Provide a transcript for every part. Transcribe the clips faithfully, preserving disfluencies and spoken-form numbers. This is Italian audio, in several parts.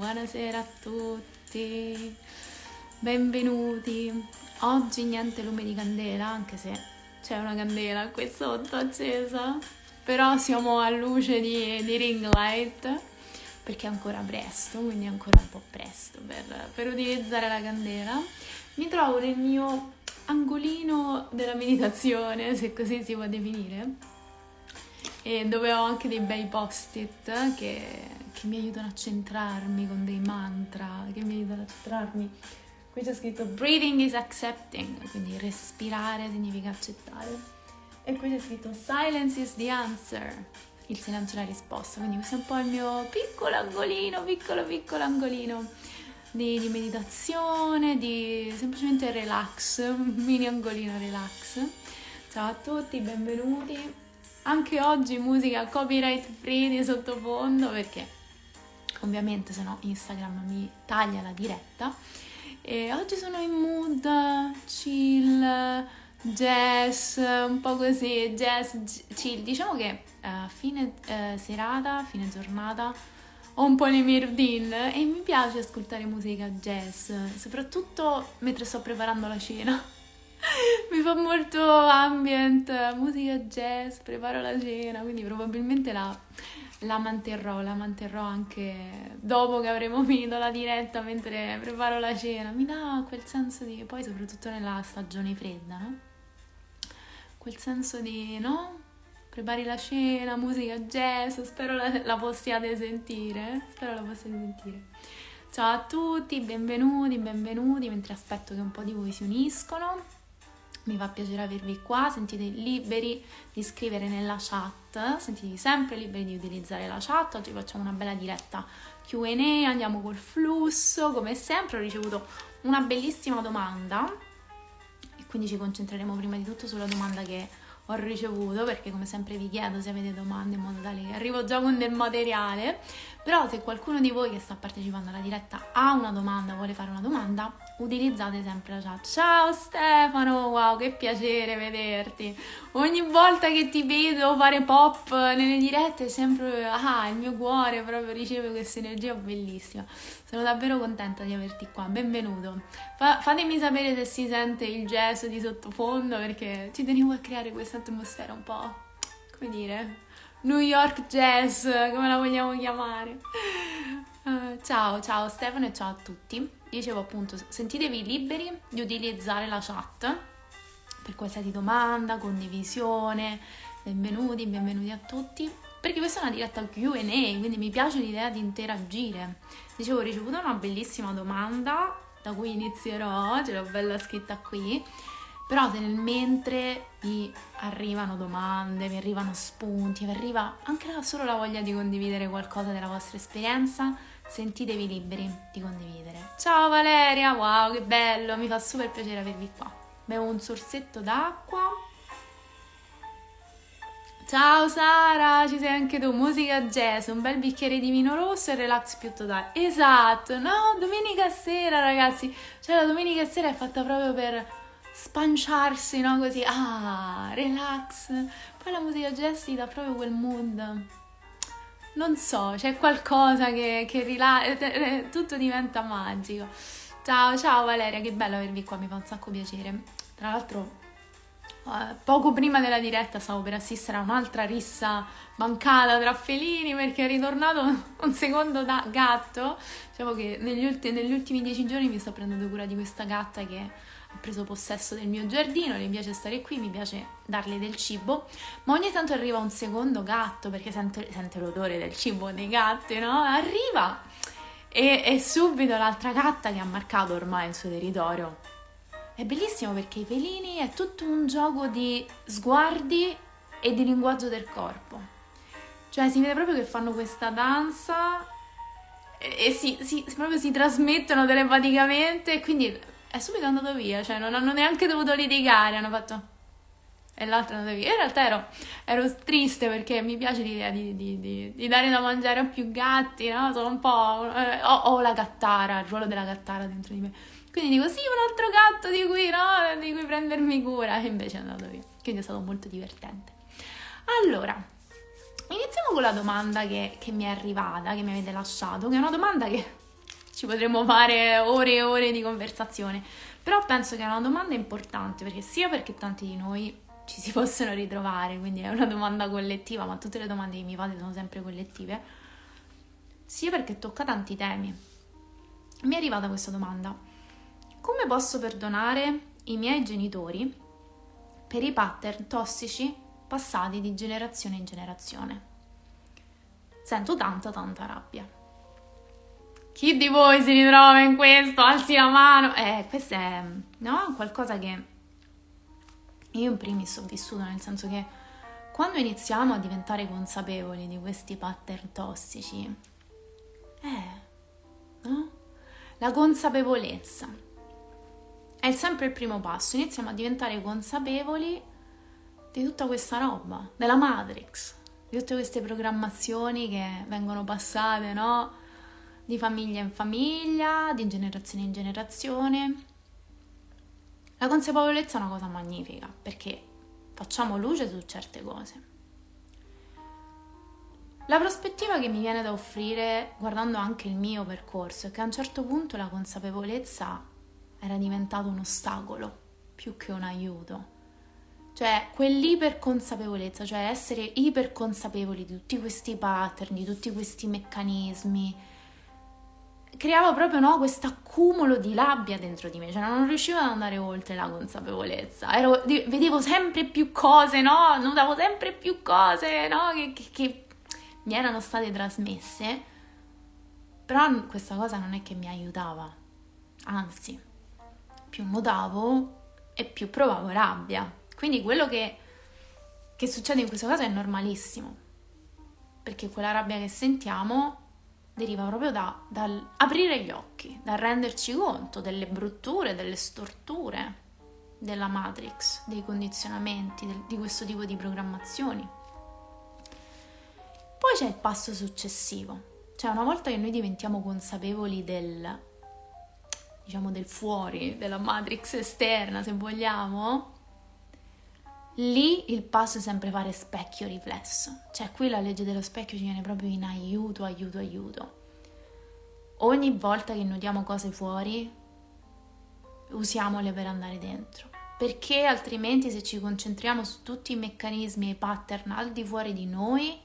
buonasera a tutti, benvenuti. Oggi niente lume di candela, anche se c'è una candela qui sotto accesa, però siamo a luce di, di ring light, perché è ancora presto, quindi è ancora un po' presto per, per utilizzare la candela. Mi trovo nel mio angolino della meditazione, se così si può definire, e dove ho anche dei bei post-it che, che mi aiutano a centrarmi con dei mantra, che mi aiutano a centrarmi. Qui c'è scritto breathing is accepting, quindi respirare significa accettare, e qui c'è scritto silence is the answer, il silenzio è la risposta. Quindi questo è un po' il mio piccolo angolino, piccolo piccolo angolino di, di meditazione, di semplicemente relax, un mini angolino relax. Ciao a tutti, benvenuti. Anche oggi musica copyright free di sottofondo, perché ovviamente se no Instagram mi taglia la diretta. E oggi sono in mood chill, jazz, un po' così, jazz chill. Diciamo che a fine eh, serata, fine giornata ho un po' le mie routine e mi piace ascoltare musica jazz, soprattutto mentre sto preparando la cena. Mi fa molto ambient, musica jazz, preparo la cena, quindi probabilmente la, la manterrò, la manterrò anche dopo che avremo finito la diretta, mentre preparo la cena. Mi dà quel senso di, poi soprattutto nella stagione fredda, no? Quel senso di, no? Prepari la cena, musica jazz, spero la, la possiate sentire, spero la possiate sentire. Ciao a tutti, benvenuti, benvenuti, mentre aspetto che un po' di voi si uniscono. Mi fa piacere avervi qua, sentite liberi di scrivere nella chat, sentitevi sempre liberi di utilizzare la chat. Oggi facciamo una bella diretta Q and A, andiamo col flusso, come sempre ho ricevuto una bellissima domanda e quindi ci concentreremo prima di tutto sulla domanda che ho ricevuto, perché come sempre vi chiedo se avete domande in modo tale che arrivo già con del materiale. Però se qualcuno di voi che sta partecipando alla diretta ha una domanda, vuole fare una domanda, utilizzate sempre la chat. Ciao Stefano, wow, che piacere vederti. Ogni volta che ti vedo fare pop nelle dirette è sempre, ah, il mio cuore proprio riceve questa energia bellissima. Sono davvero contenta di averti qua, benvenuto. Fa- fatemi sapere se si sente il jazz di sottofondo, perché ci tenevo a creare questa atmosfera un po', come dire, New York jazz, come la vogliamo chiamare. Uh, ciao, ciao Stefano e ciao a tutti. Dicevo appunto, sentitevi liberi di utilizzare la chat per qualsiasi domanda, condivisione, benvenuti, benvenuti a tutti, perché questa è una diretta Q and A, quindi mi piace l'idea di interagire. Dicevo, ho ricevuto una bellissima domanda da cui inizierò, ce l'ho bella scritta qui, però se nel mentre vi arrivano domande, vi arrivano spunti, vi arriva anche solo la voglia di condividere qualcosa della vostra esperienza, sentitevi liberi di condividere. Ciao Valeria, wow, che bello, mi fa super piacere avervi qua. Bevo un sorsetto d'acqua. Ciao Sara, ci sei anche tu, musica jazz, un bel bicchiere di vino rosso e relax più totale. Esatto, no, domenica sera ragazzi, cioè la domenica sera è fatta proprio per spanciarsi, no, così, ah, relax. Poi la musica jazz ti dà proprio quel mood, non so, c'è qualcosa che, che rilascia, tutto diventa magico. Ciao, ciao Valeria, che bello avervi qua, mi fa un sacco piacere. Tra l'altro Uh, poco prima della diretta stavo per assistere a un'altra rissa mancata tra felini, perché è ritornato un secondo da- gatto. Diciamo che negli, ulti- negli ultimi dieci giorni mi sto prendendo cura di questa gatta che ha preso possesso del mio giardino, le piace stare qui, mi piace darle del cibo, ma ogni tanto arriva un secondo gatto, perché sente, sente l'odore del cibo dei gatti, no? Arriva e, e subito l'altra gatta, che ha marcato ormai il suo territorio. È bellissimo perché i felini è tutto un gioco di sguardi e di linguaggio del corpo. Cioè si vede proprio che fanno questa danza e, e si, si, proprio si trasmettono telepaticamente, e quindi è subito andato via, cioè non hanno neanche dovuto litigare, hanno fatto e l'altro è andato via. In realtà ero, ero triste perché mi piace l'idea di, di, di, di dare da mangiare a più gatti, no? Sono un po'... ho, ho la gattara, il ruolo della gattara dentro di me. Quindi dico, sì, un altro gatto di cui, no? Di cui prendermi cura, e invece è andato via. Quindi è stato molto divertente. Allora, iniziamo con la domanda che, che mi è arrivata, che mi avete lasciato, che è una domanda che ci potremmo fare ore e ore di conversazione, però penso che è una domanda importante, perché sia perché tanti di noi ci si possono ritrovare, quindi è una domanda collettiva, ma tutte le domande che mi fate sono sempre collettive, sia perché tocca tanti temi. Mi è arrivata questa domanda: come posso perdonare i miei genitori per i pattern tossici passati di generazione in generazione? Sento tanta tanta rabbia. Chi di voi si ritrova in questo? Alzi la mano. Eh, questo è, no, qualcosa che io in primis ho vissuto, nel senso che quando iniziamo a diventare consapevoli di questi pattern tossici, eh, no? La consapevolezza è sempre il primo passo. Iniziamo a diventare consapevoli di tutta questa roba, della Matrix, di tutte queste programmazioni che vengono passate, no? Di famiglia in famiglia, di generazione in generazione. La consapevolezza è una cosa magnifica, perché facciamo luce su certe cose. La prospettiva che mi viene da offrire, guardando anche il mio percorso, è che a un certo punto la consapevolezza era diventata un ostacolo più che un aiuto. Cioè, quell'iperconsapevolezza, cioè essere iperconsapevoli di tutti questi pattern, di tutti questi meccanismi, creava proprio, no, questo accumulo di rabbia dentro di me, cioè non riuscivo ad andare oltre la consapevolezza. Ero, vedevo sempre più cose, no? Notavo sempre più cose, no? Che, che, che mi erano state trasmesse, però questa cosa non è che mi aiutava, anzi, più notavo e più provavo rabbia. Quindi quello che, che succede in questo caso è normalissimo, perché quella rabbia che sentiamo deriva proprio da, dal aprire gli occhi, dal renderci conto delle brutture, delle storture della Matrix, dei condizionamenti, del, di questo tipo di programmazioni. Poi c'è il passo successivo, cioè una volta che noi diventiamo consapevoli del, diciamo, del fuori, della Matrix esterna, se vogliamo, lì il passo è sempre fare specchio riflesso. Cioè qui la legge dello specchio ci viene proprio in aiuto, aiuto, aiuto. Ogni volta che notiamo cose fuori, usiamole per andare dentro, perché altrimenti se ci concentriamo su tutti i meccanismi e i pattern al di fuori di noi,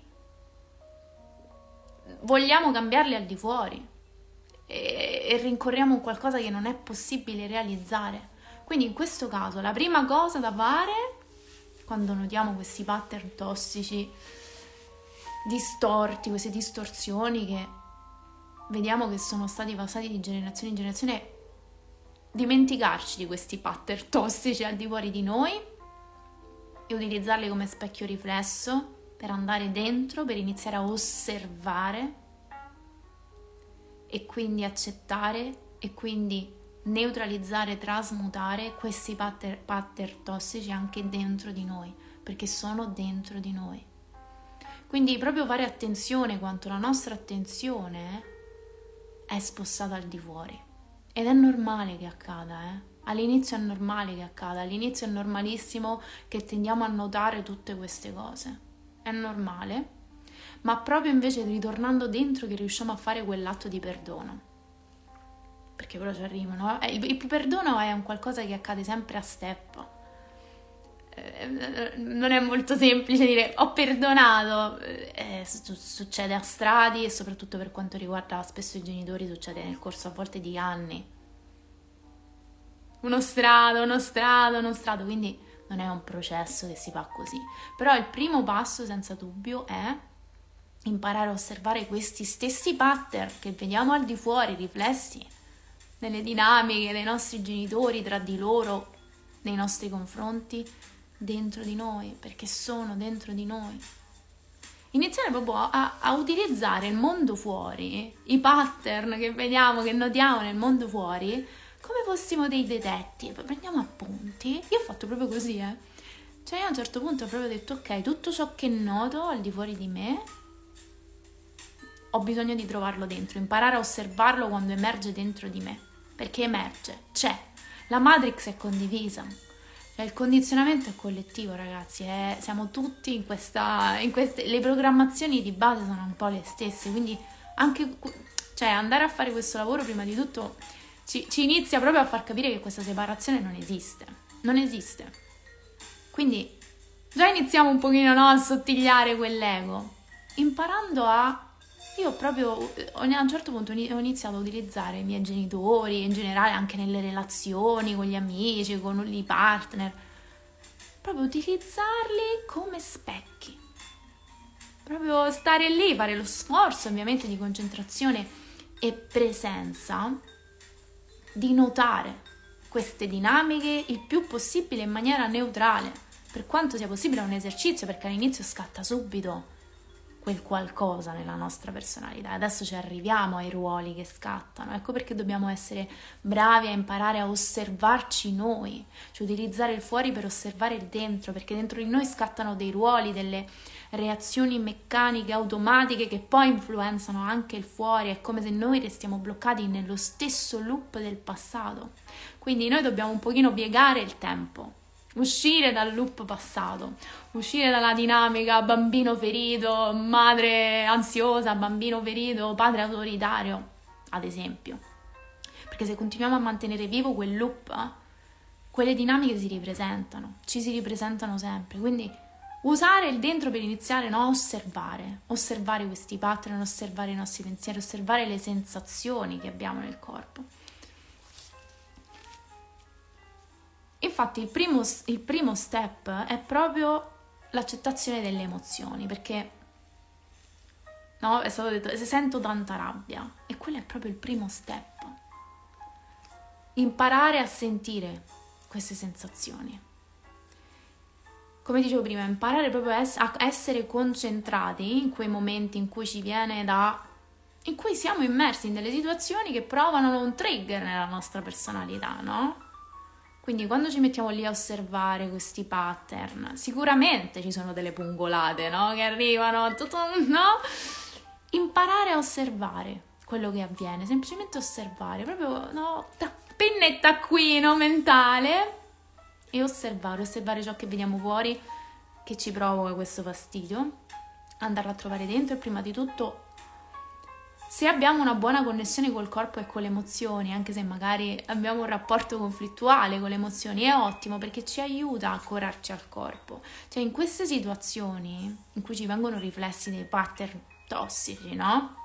vogliamo cambiarli al di fuori e, e rincorriamo qualcosa che non è possibile realizzare. Quindi in questo caso la prima cosa da fare, quando notiamo questi pattern tossici distorti, queste distorsioni che vediamo che sono stati passati di generazione in generazione, dimenticarci di questi pattern tossici al di fuori di noi e utilizzarli come specchio riflesso per andare dentro, per iniziare a osservare e quindi accettare e quindi neutralizzare, trasmutare questi pattern, pattern tossici anche dentro di noi, perché sono dentro di noi. Quindi proprio fare attenzione quanto la nostra attenzione è spostata al di fuori. Ed è normale che accada, eh? All'inizio è normale che accada, all'inizio è normalissimo che tendiamo a notare tutte queste cose. È normale, ma proprio invece ritornando dentro che riusciamo a fare quell'atto di perdono. Perché però ci arrivano. Eh? Il, il perdono è un qualcosa che accade sempre a step. Eh, non è molto semplice dire ho perdonato, eh, succede a strati e soprattutto per quanto riguarda spesso i genitori succede nel corso a volte di anni. Uno strato, uno strato, uno strato, quindi non è un processo che si fa così. Però il primo passo senza dubbio è imparare a osservare questi stessi pattern che vediamo al di fuori, riflessi nelle dinamiche dei nostri genitori tra di loro, nei nostri confronti, dentro di noi, perché sono dentro di noi. Iniziare proprio a, a utilizzare il mondo fuori, i pattern che vediamo, che notiamo nel mondo fuori, come fossimo dei detective. Prendiamo appunti. Io ho fatto proprio così, eh. Cioè io a un certo punto ho proprio detto ok, tutto ciò che noto al di fuori di me ho bisogno di trovarlo dentro, imparare a osservarlo quando emerge dentro di me, perché emerge, c'è. La Matrix è condivisa. Il condizionamento è collettivo, ragazzi, è, siamo tutti in questa, in queste, le programmazioni di base sono un po' le stesse, quindi anche Cioè andare a fare questo lavoro prima di tutto ci, ci inizia proprio a far capire che questa separazione non esiste, non esiste. Quindi già iniziamo un pochino, no, a sottigliare quell'ego, imparando a... Io proprio a un certo punto ho iniziato a utilizzare i miei genitori, in generale anche nelle relazioni con gli amici, con i partner, proprio utilizzarli come specchi. Proprio stare lì, fare lo sforzo ovviamente di concentrazione e presenza, di notare queste dinamiche il più possibile in maniera neutrale, per quanto sia possibile è un esercizio, perché all'inizio scatta subito quel qualcosa nella nostra personalità. Adesso ci arriviamo ai ruoli che scattano, ecco perché dobbiamo essere bravi a imparare a osservarci noi, cioè utilizzare il fuori per osservare il dentro, perché dentro di noi scattano dei ruoli, delle reazioni meccaniche, automatiche che poi influenzano anche il fuori. È come se noi restiamo bloccati nello stesso loop del passato, quindi noi dobbiamo un pochino piegare il tempo, uscire dal loop passato, uscire dalla dinamica bambino ferito, madre ansiosa, bambino ferito, padre autoritario, ad esempio. Perché se continuiamo a mantenere vivo quel loop, eh, quelle dinamiche si ripresentano, ci si ripresentano sempre. Quindi usare il dentro per iniziare, no, a osservare, osservare questi pattern, osservare i nostri pensieri, osservare le sensazioni che abbiamo nel corpo. Infatti il primo, il primo step è proprio l'accettazione delle emozioni, perché no, è stato detto, se sento tanta rabbia, e quello è proprio il primo step. Imparare a sentire queste sensazioni. Come dicevo prima, imparare proprio a essere concentrati in quei momenti in cui ci viene da... in cui siamo immersi in delle situazioni che provano un trigger nella nostra personalità, no? Quindi quando ci mettiamo lì a osservare questi pattern, sicuramente ci sono delle pungolate, no? Che arrivano, tutto, no? Imparare a osservare quello che avviene, semplicemente osservare, proprio, no? Penna e taccuino mentale, e osservare, osservare ciò che vediamo fuori, che ci provoca questo fastidio, andarlo a trovare dentro e prima di tutto, se abbiamo una buona connessione col corpo e con le emozioni, anche se magari abbiamo un rapporto conflittuale con le emozioni, è ottimo perché ci aiuta a curarci al corpo. Cioè in queste situazioni in cui ci vengono riflessi dei pattern tossici, no?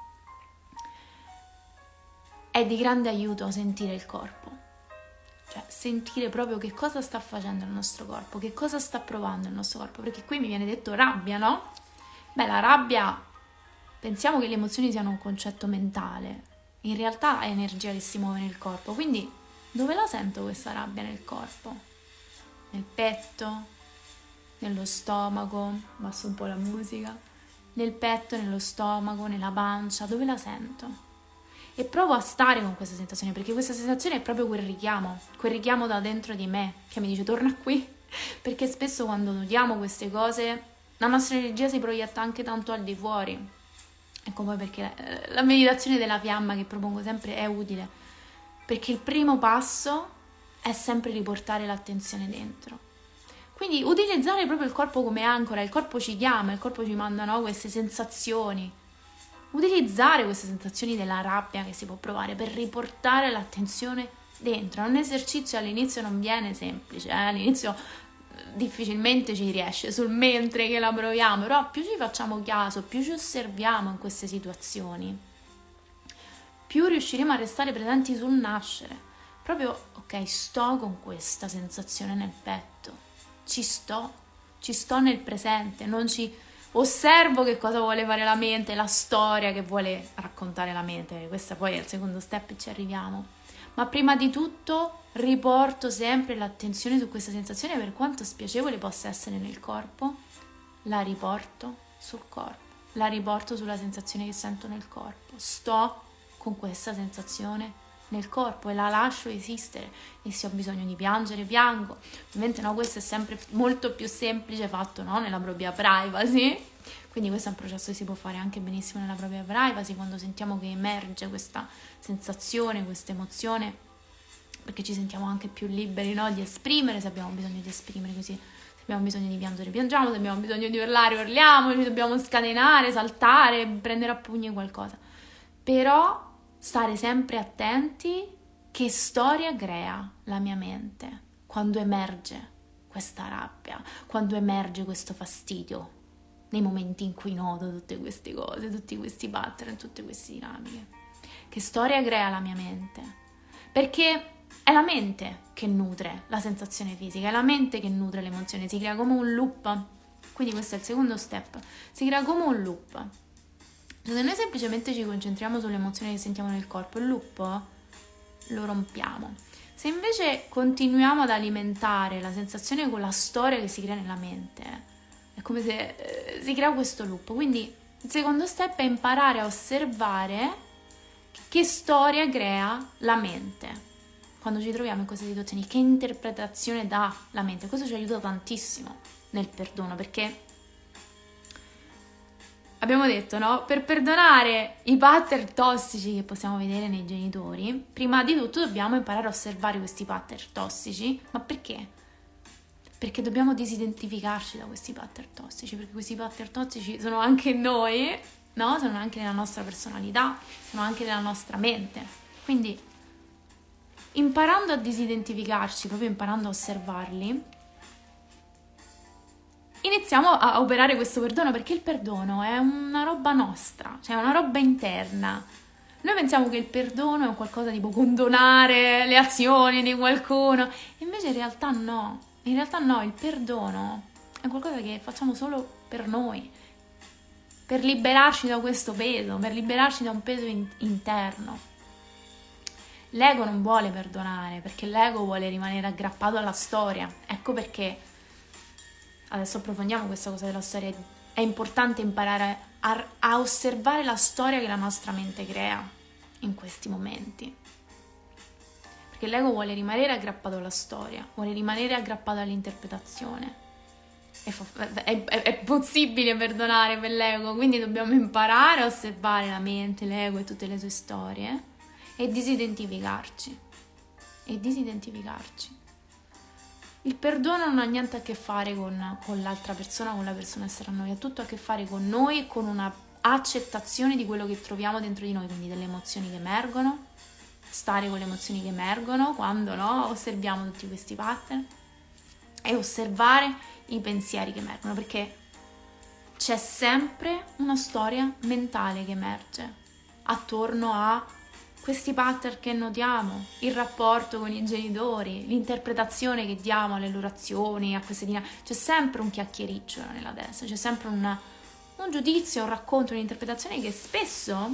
È di grande aiuto sentire il corpo. Cioè sentire proprio che cosa sta facendo il nostro corpo, che cosa sta provando il nostro corpo. Perché qui mi viene detto rabbia, no? Beh, la rabbia... Pensiamo che le emozioni siano un concetto mentale, in realtà è energia che si muove nel corpo, quindi dove la sento questa rabbia nel corpo? Nel petto, nello stomaco, basso un po' la musica, nel petto, nello stomaco, nella pancia, dove la sento? E provo a stare con questa sensazione, perché questa sensazione è proprio quel richiamo, quel richiamo da dentro di me, che mi dice torna qui, perché spesso quando notiamo queste cose la nostra energia si proietta anche tanto al di fuori. Ecco poi perché la meditazione della fiamma che propongo sempre è utile, perché il primo passo è sempre riportare l'attenzione dentro. Quindi utilizzare proprio il corpo come ancora, il corpo ci chiama, il corpo ci manda, no, queste sensazioni. Utilizzare queste sensazioni della rabbia che si può provare per riportare l'attenzione dentro. È un esercizio, all'inizio non viene semplice, eh? All'inizio difficilmente ci riesce sul mentre che la proviamo, però più ci facciamo caso, più ci osserviamo in queste situazioni, più riusciremo a restare presenti sul nascere. Proprio, ok, sto con questa sensazione nel petto, ci sto, ci sto nel presente, non ci osservo che cosa vuole fare la mente, la storia che vuole raccontare la mente, questa poi è il secondo step e ci arriviamo. Ma prima di tutto riporto sempre l'attenzione su questa sensazione, per quanto spiacevole possa essere nel corpo, la riporto sul corpo, la riporto sulla sensazione che sento nel corpo. Sto con questa sensazione nel corpo e la lascio esistere, e se ho bisogno di piangere piango. Ovviamente no, questo è sempre molto più semplice fatto, no, nella propria privacy. Quindi questo è un processo che si può fare anche benissimo nella propria privacy, quando sentiamo che emerge questa sensazione, questa emozione, perché ci sentiamo anche più liberi, no, di esprimere, se abbiamo bisogno di esprimere così. Se abbiamo bisogno di piangere, piangiamo, se abbiamo bisogno di urlare, urliamo, ci dobbiamo scatenare, saltare, prendere a pugni qualcosa. Però stare sempre attenti che storia crea la mia mente quando emerge questa rabbia, quando emerge questo fastidio, nei momenti in cui noto tutte queste cose, tutti questi pattern, tutte queste dinamiche. Che storia crea la mia mente? Perché è la mente che nutre la sensazione fisica, è la mente che nutre l'emozione, si crea come un loop. Quindi questo è il secondo step, si crea come un loop. Se noi semplicemente ci concentriamo sulle emozioni che sentiamo nel corpo, il loop lo rompiamo. Se invece continuiamo ad alimentare la sensazione con la storia che si crea nella mente, è come se eh, si crea questo loop. Quindi il secondo step è imparare a osservare che storia crea la mente quando ci troviamo in queste situazioni, che interpretazione dà la mente. Questo ci aiuta tantissimo nel perdono, perché abbiamo detto, no? Per perdonare i pattern tossici che possiamo vedere nei genitori, prima di tutto dobbiamo imparare a osservare questi pattern tossici. Ma perché? Perché dobbiamo disidentificarci da questi pattern tossici, perché questi pattern tossici sono anche noi, no? Sono anche nella nostra personalità, sono anche nella nostra mente. Quindi, imparando a disidentificarci, proprio imparando a osservarli, iniziamo a operare questo perdono, perché il perdono è una roba nostra, cioè è una roba interna. Noi pensiamo che il perdono è un qualcosa tipo condonare le azioni di qualcuno, invece in realtà no, in realtà no, il perdono è qualcosa che facciamo solo per noi, per liberarci da questo peso, per liberarci da un peso in- interno. L'ego non vuole perdonare, perché l'ego vuole rimanere aggrappato alla storia. Ecco perché adesso approfondiamo questa cosa della storia. È importante imparare a, a osservare la storia che la nostra mente crea in questi momenti, perché l'ego vuole rimanere aggrappato alla storia, vuole rimanere aggrappato all'interpretazione. È, è, è, è possibile perdonare per l'ego, quindi dobbiamo imparare a osservare la mente, l'ego e tutte le sue storie e disidentificarci e disidentificarci. Il perdono non ha niente a che fare con, con l'altra persona, con la persona esterna a noi, ha tutto a che fare con noi e con una accettazione di quello che troviamo dentro di noi, quindi delle emozioni che emergono, stare con le emozioni che emergono quando no, osserviamo tutti questi pattern e osservare i pensieri che emergono, perché c'è sempre una storia mentale che emerge attorno a questi pattern che notiamo, il rapporto con i genitori, l'interpretazione che diamo alle loro azioni, a queste dinamiche. C'è sempre un chiacchiericcio nella testa, c'è sempre una, un giudizio, un racconto, un'interpretazione che spesso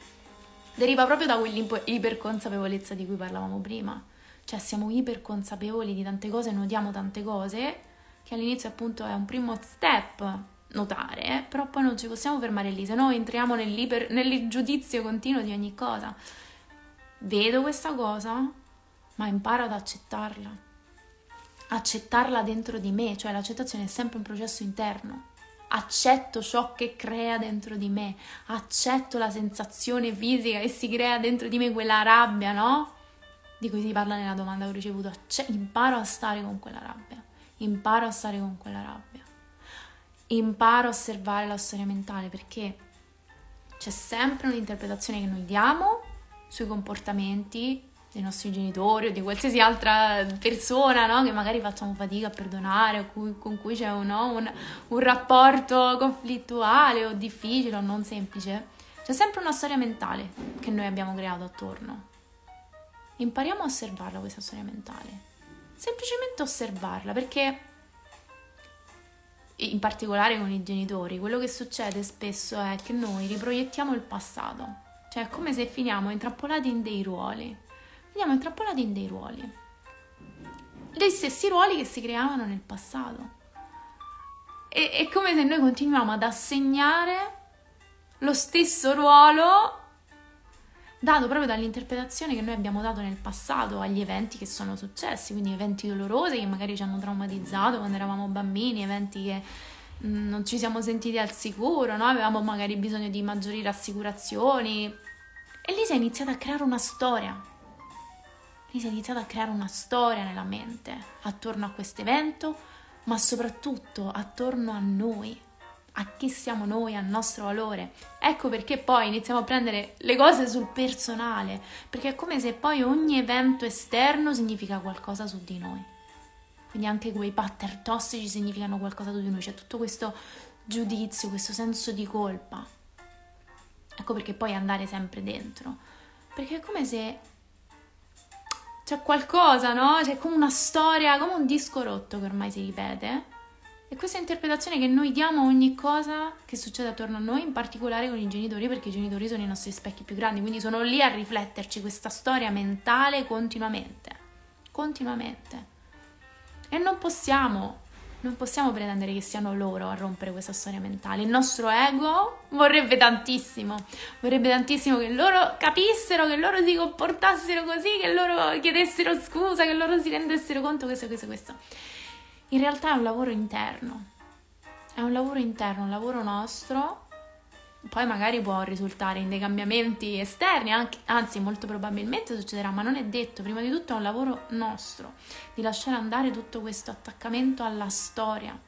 deriva proprio da quell'iperconsapevolezza di cui parlavamo prima. Cioè siamo iperconsapevoli di tante cose, notiamo tante cose, che all'inizio appunto è un primo step notare, però poi non ci possiamo fermare lì, se no entriamo nell'iper, nel giudizio continuo di ogni cosa. Vedo questa cosa, ma imparo ad accettarla, accettarla dentro di me, cioè l'accettazione è sempre un processo interno. Accetto ciò che crea dentro di me, accetto la sensazione fisica che si crea dentro di me, quella rabbia, no? Di cui si parla nella domanda che ho ricevuto. Acc- imparo a stare con quella rabbia, imparo a stare con quella rabbia, imparo a osservare la storia mentale, perché c'è sempre un'interpretazione che noi diamo sui comportamenti dei nostri genitori o di qualsiasi altra persona, no? Che magari facciamo fatica a perdonare o cui, con cui c'è no? un, un rapporto conflittuale o difficile o non semplice. C'è sempre una storia mentale che noi abbiamo creato attorno. Impariamo a osservarla questa storia mentale, semplicemente osservarla, perché in particolare con i genitori quello che succede spesso è che noi riproiettiamo il passato, cioè è come se finiamo intrappolati in dei ruoli, finiamo intrappolati in dei ruoli, dei stessi ruoli che si creavano nel passato. E, è come se noi continuiamo ad assegnare lo stesso ruolo dato proprio dall'interpretazione che noi abbiamo dato nel passato agli eventi che sono successi, quindi eventi dolorosi che magari ci hanno traumatizzato quando eravamo bambini, eventi che mh, non ci siamo sentiti al sicuro, no? Avevamo magari bisogno di maggiori rassicurazioni e lì si è iniziata a creare una storia, lì si è iniziata a creare una storia nella mente attorno a questo evento, ma soprattutto attorno a noi, a chi siamo noi, al nostro valore. Ecco perché poi iniziamo a prendere le cose sul personale, perché è come se poi ogni evento esterno significa qualcosa su di noi. Quindi anche quei pattern tossici significano qualcosa su di noi, c'è tutto questo giudizio, questo senso di colpa. Ecco perché poi andare sempre dentro, perché è come se c'è qualcosa, no? C'è come una storia, come un disco rotto che ormai si ripete. E questa interpretazione che noi diamo a ogni cosa che succede attorno a noi, in particolare con i genitori, perché i genitori sono i nostri specchi più grandi, quindi sono lì a rifletterci questa storia mentale continuamente, continuamente. E non possiamo, non possiamo pretendere che siano loro a rompere questa storia mentale. Il nostro ego vorrebbe tantissimo, vorrebbe tantissimo che loro capissero, che loro si comportassero così, che loro chiedessero scusa, che loro si rendessero conto questo, questo, questo. In realtà è un lavoro interno, è un lavoro interno, un lavoro nostro, poi magari può risultare in dei cambiamenti esterni, anche, anzi molto probabilmente succederà, ma non è detto. Prima di tutto è un lavoro nostro, di lasciare andare tutto questo attaccamento alla storia.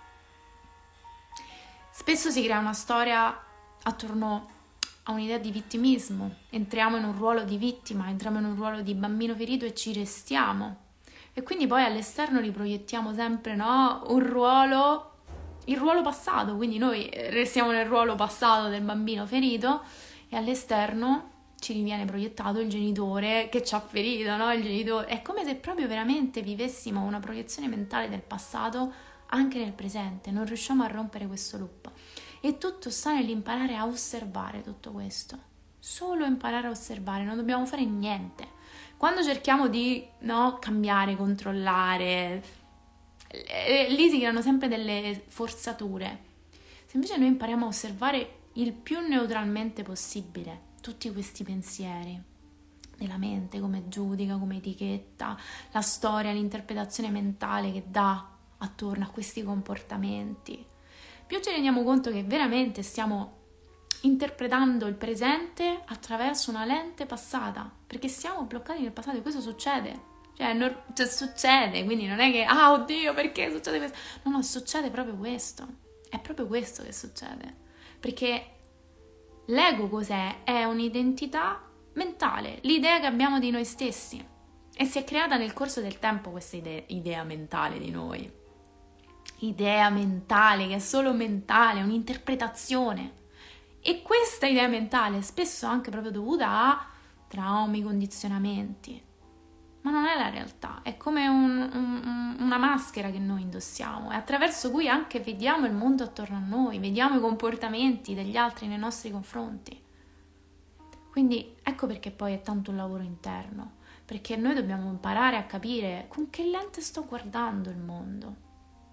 Spesso si crea una storia attorno a un'idea di vittimismo, entriamo in un ruolo di vittima, entriamo in un ruolo di bambino ferito e ci restiamo. E quindi poi all'esterno riproiettiamo sempre, no, un ruolo, il ruolo passato, quindi noi restiamo nel ruolo passato del bambino ferito e all'esterno ci riviene proiettato il genitore che ci ha ferito, no? Il genitore. È come se proprio veramente vivessimo una proiezione mentale del passato anche nel presente, non riusciamo a rompere questo loop. E tutto sta nell'imparare a osservare tutto questo, solo imparare a osservare, non dobbiamo fare niente. Quando cerchiamo di, no, cambiare, controllare, lì si creano sempre delle forzature. Se invece noi impariamo a osservare il più neutralmente possibile tutti questi pensieri della mente, come giudica, come etichetta, la storia, l'interpretazione mentale che dà attorno a questi comportamenti, più ci rendiamo conto che veramente stiamo interpretando il presente attraverso una lente passata, perché siamo bloccati nel passato e questo succede, cioè, non, cioè succede, quindi non è che ah oddio perché succede questo, no no, succede proprio questo, è proprio questo che succede, perché l'ego cos'è? È un'identità mentale, l'idea che abbiamo di noi stessi, e si è creata nel corso del tempo questa idea, idea mentale di noi, idea mentale che è solo mentale, un'interpretazione. E questa idea mentale è spesso anche proprio dovuta a traumi, condizionamenti, ma non è la realtà, è come un, un, una maschera che noi indossiamo e attraverso cui anche vediamo il mondo attorno a noi, vediamo i comportamenti degli altri nei nostri confronti. Quindi ecco perché poi è tanto un lavoro interno, perché noi dobbiamo imparare a capire con che lente sto guardando il mondo.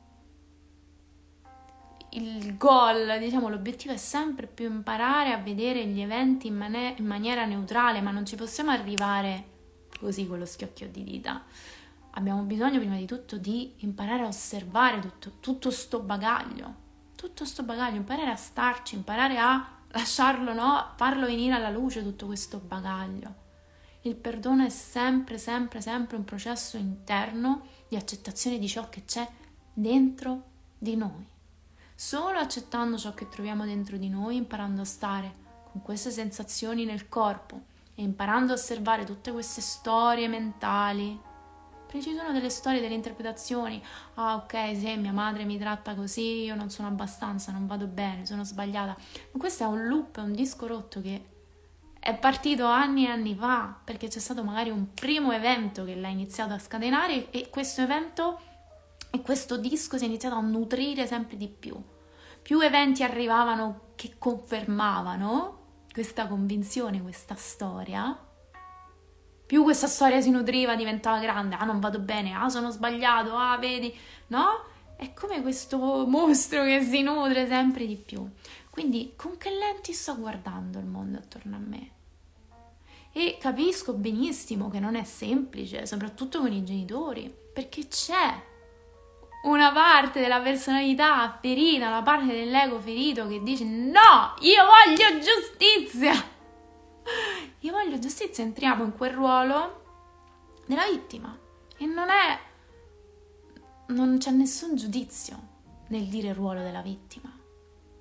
Il goal, diciamo, l'obiettivo è sempre più imparare a vedere gli eventi in, man- in maniera neutrale, ma non ci possiamo arrivare così con lo schiocchio di dita. Abbiamo bisogno prima di tutto di imparare a osservare tutto, tutto sto bagaglio, tutto sto bagaglio, imparare a starci, imparare a lasciarlo, no? Farlo venire alla luce tutto questo bagaglio. Il perdono è sempre, sempre, sempre un processo interno di accettazione di ciò che c'è dentro di noi. Solo accettando ciò che troviamo dentro di noi, imparando a stare con queste sensazioni nel corpo e imparando a osservare tutte queste storie mentali, perché ci sono delle storie, delle interpretazioni. Ah ok, se mia madre mi tratta così, io non sono abbastanza, non vado bene, sono sbagliata. Ma questo è un loop, è un disco rotto che è partito anni e anni fa, perché c'è stato magari un primo evento che l'ha iniziato a scatenare e questo evento e questo disco si è iniziato a nutrire sempre di più. Più eventi arrivavano che confermavano questa convinzione, questa storia, più questa storia si nutriva, diventava grande. Ah, non vado bene, ah, sono sbagliato, ah, vedi, no? È come questo mostro che si nutre sempre di più. Quindi con che lenti sto guardando il mondo attorno a me? E capisco benissimo che non è semplice, soprattutto con i genitori, perché c'è una parte della personalità ferita, una parte dell'ego ferito che dice no, io voglio giustizia, io voglio giustizia. Entriamo in quel ruolo della vittima e non è, non c'è nessun giudizio nel dire ruolo della vittima,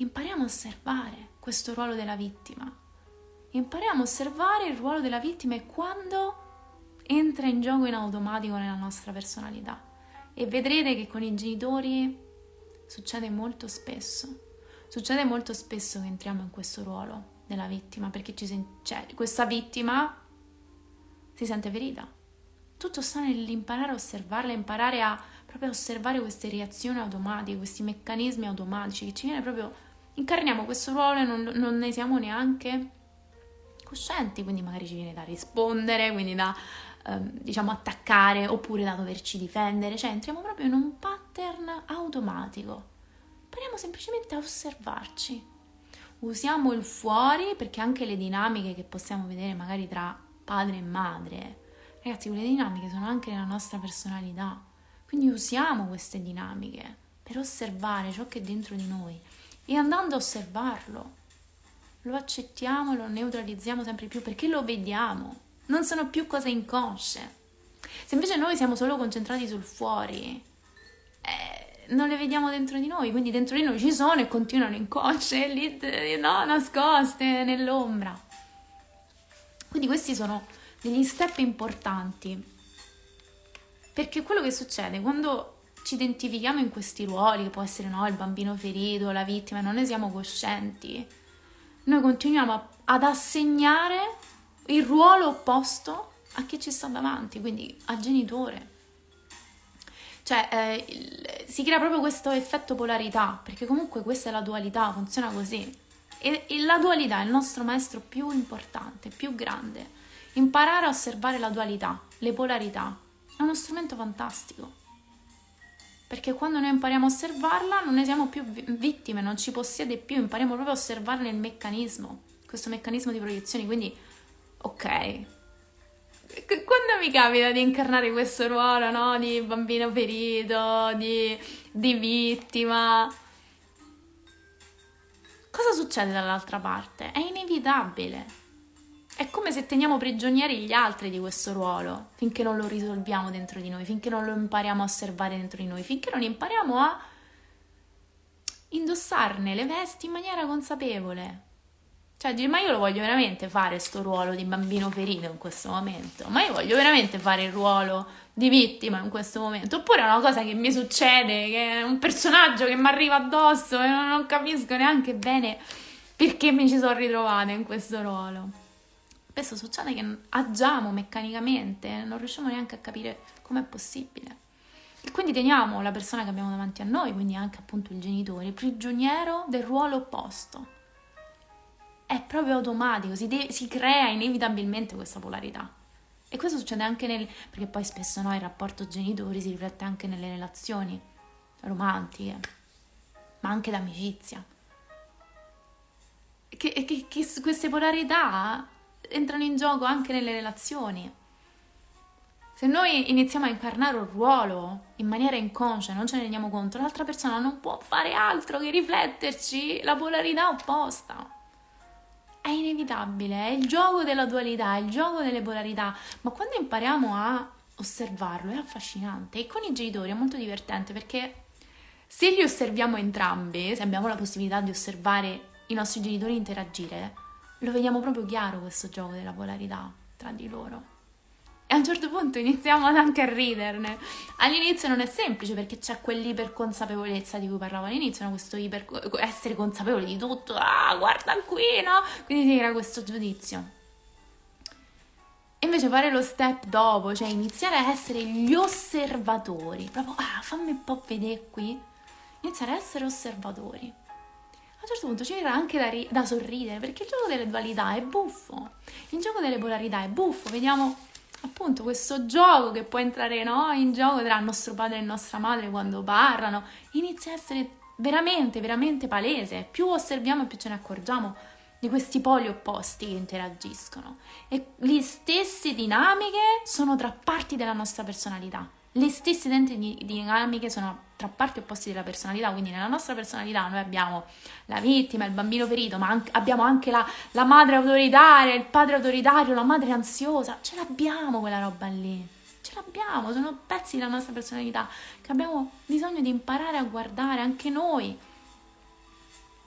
impariamo a osservare questo ruolo della vittima. Impariamo a osservare il ruolo della vittima e quando entra in gioco in automatico nella nostra personalità. E vedrete che con i genitori succede molto spesso. Succede molto spesso che entriamo in questo ruolo della vittima, perché ci sen- cioè, questa vittima si sente ferita. Tutto sta nell'imparare a osservarla, imparare a proprio osservare queste reazioni automatiche, questi meccanismi automatici che ci viene proprio, incarniamo questo ruolo e non, non ne siamo neanche coscienti, quindi magari ci viene da rispondere, quindi da ehm, diciamo attaccare oppure da doverci difendere, cioè entriamo proprio in un pattern automatico. Impariamo semplicemente a osservarci. Usiamo il fuori, perché anche le dinamiche che possiamo vedere magari tra padre e madre, ragazzi, quelle dinamiche sono anche nella nostra personalità. Quindi usiamo queste dinamiche per osservare ciò che è dentro di noi e andando a osservarlo lo accettiamo e lo neutralizziamo sempre più perché lo vediamo. Non sono più cose inconsce. Se invece noi siamo solo concentrati sul fuori, eh, non le vediamo dentro di noi, quindi dentro di noi ci sono e continuano inconsce, lì, no, nascoste nell'ombra. Quindi questi sono degli step importanti, perché quello che succede quando ci identifichiamo in questi ruoli, che può essere no, il bambino ferito, la vittima, e non ne siamo coscienti, noi continuiamo a, ad assegnare il ruolo opposto a chi ci sta davanti, quindi al genitore. Cioè eh, il, si crea proprio questo effetto polarità, perché comunque questa è la dualità, funziona così. E, e la dualità è il nostro maestro più importante, più grande. Imparare a osservare la dualità, le polarità, è uno strumento fantastico. Perché quando noi impariamo a osservarla non ne siamo più vittime, non ci possiede più, impariamo proprio a osservarne il meccanismo, questo meccanismo di proiezioni, quindi ok. Quando mi capita di incarnare questo ruolo, no? Di bambino ferito, di, di vittima, cosa succede dall'altra parte? È inevitabile. È come se teniamo prigionieri gli altri di questo ruolo, finché non lo risolviamo dentro di noi, finché non lo impariamo a osservare dentro di noi, finché non impariamo a indossarne le vesti in maniera consapevole. Cioè, ma io lo voglio veramente fare sto ruolo di bambino ferito in questo momento? Ma io voglio veramente fare il ruolo di vittima in questo momento? Oppure è una cosa che mi succede, che è un personaggio che mi arriva addosso e non capisco neanche bene perché mi ci sono ritrovata in questo ruolo. Spesso succede che agiamo meccanicamente, non riusciamo neanche a capire com'è possibile. E quindi teniamo la persona che abbiamo davanti a noi, quindi anche appunto il genitore, prigioniero del ruolo opposto. È proprio automatico, si, de- si crea inevitabilmente questa polarità. E questo succede anche nel... perché poi spesso no, il rapporto genitori si riflette anche nelle relazioni romantiche, ma anche d'amicizia. Che, che, che queste polarità entrano in gioco anche nelle relazioni. Se noi iniziamo a incarnare un ruolo in maniera inconscia, non ce ne rendiamo conto, l'altra persona non può fare altro che rifletterci la polarità opposta. È inevitabile, è il gioco della dualità, è il gioco delle polarità, ma quando impariamo a osservarlo è affascinante. E con i genitori è molto divertente perché se li osserviamo entrambi, se abbiamo la possibilità di osservare i nostri genitori interagire, lo vediamo proprio chiaro questo gioco della polarità tra di loro. E a un certo punto iniziamo anche a riderne. All'inizio non è semplice perché c'è quell'iperconsapevolezza di cui parlavo all'inizio, no? Questo iper, essere consapevoli di tutto, ah guarda qui, no? Quindi si crea questo giudizio. E invece fare lo step dopo, cioè iniziare a essere gli osservatori, proprio ah fammi un po' vedere qui, iniziare a essere osservatori. A un certo punto ci verrà anche da, ri- da sorridere perché il gioco delle dualità è buffo, il gioco delle polarità è buffo, vediamo appunto questo gioco che può entrare no, in gioco tra nostro padre e nostra madre quando parlano, inizia a essere veramente, veramente palese. Più osserviamo e più ce ne accorgiamo di questi poli opposti che interagiscono. E le stesse dinamiche sono tra parti della nostra personalità. Le stesse identiche dinamiche sono tra parti opposte della personalità, quindi nella nostra personalità noi abbiamo la vittima, il bambino ferito, ma anche, abbiamo anche la, la madre autoritaria, il padre autoritario, la madre ansiosa, ce l'abbiamo quella roba lì, ce l'abbiamo, sono pezzi della nostra personalità che abbiamo bisogno di imparare a guardare anche noi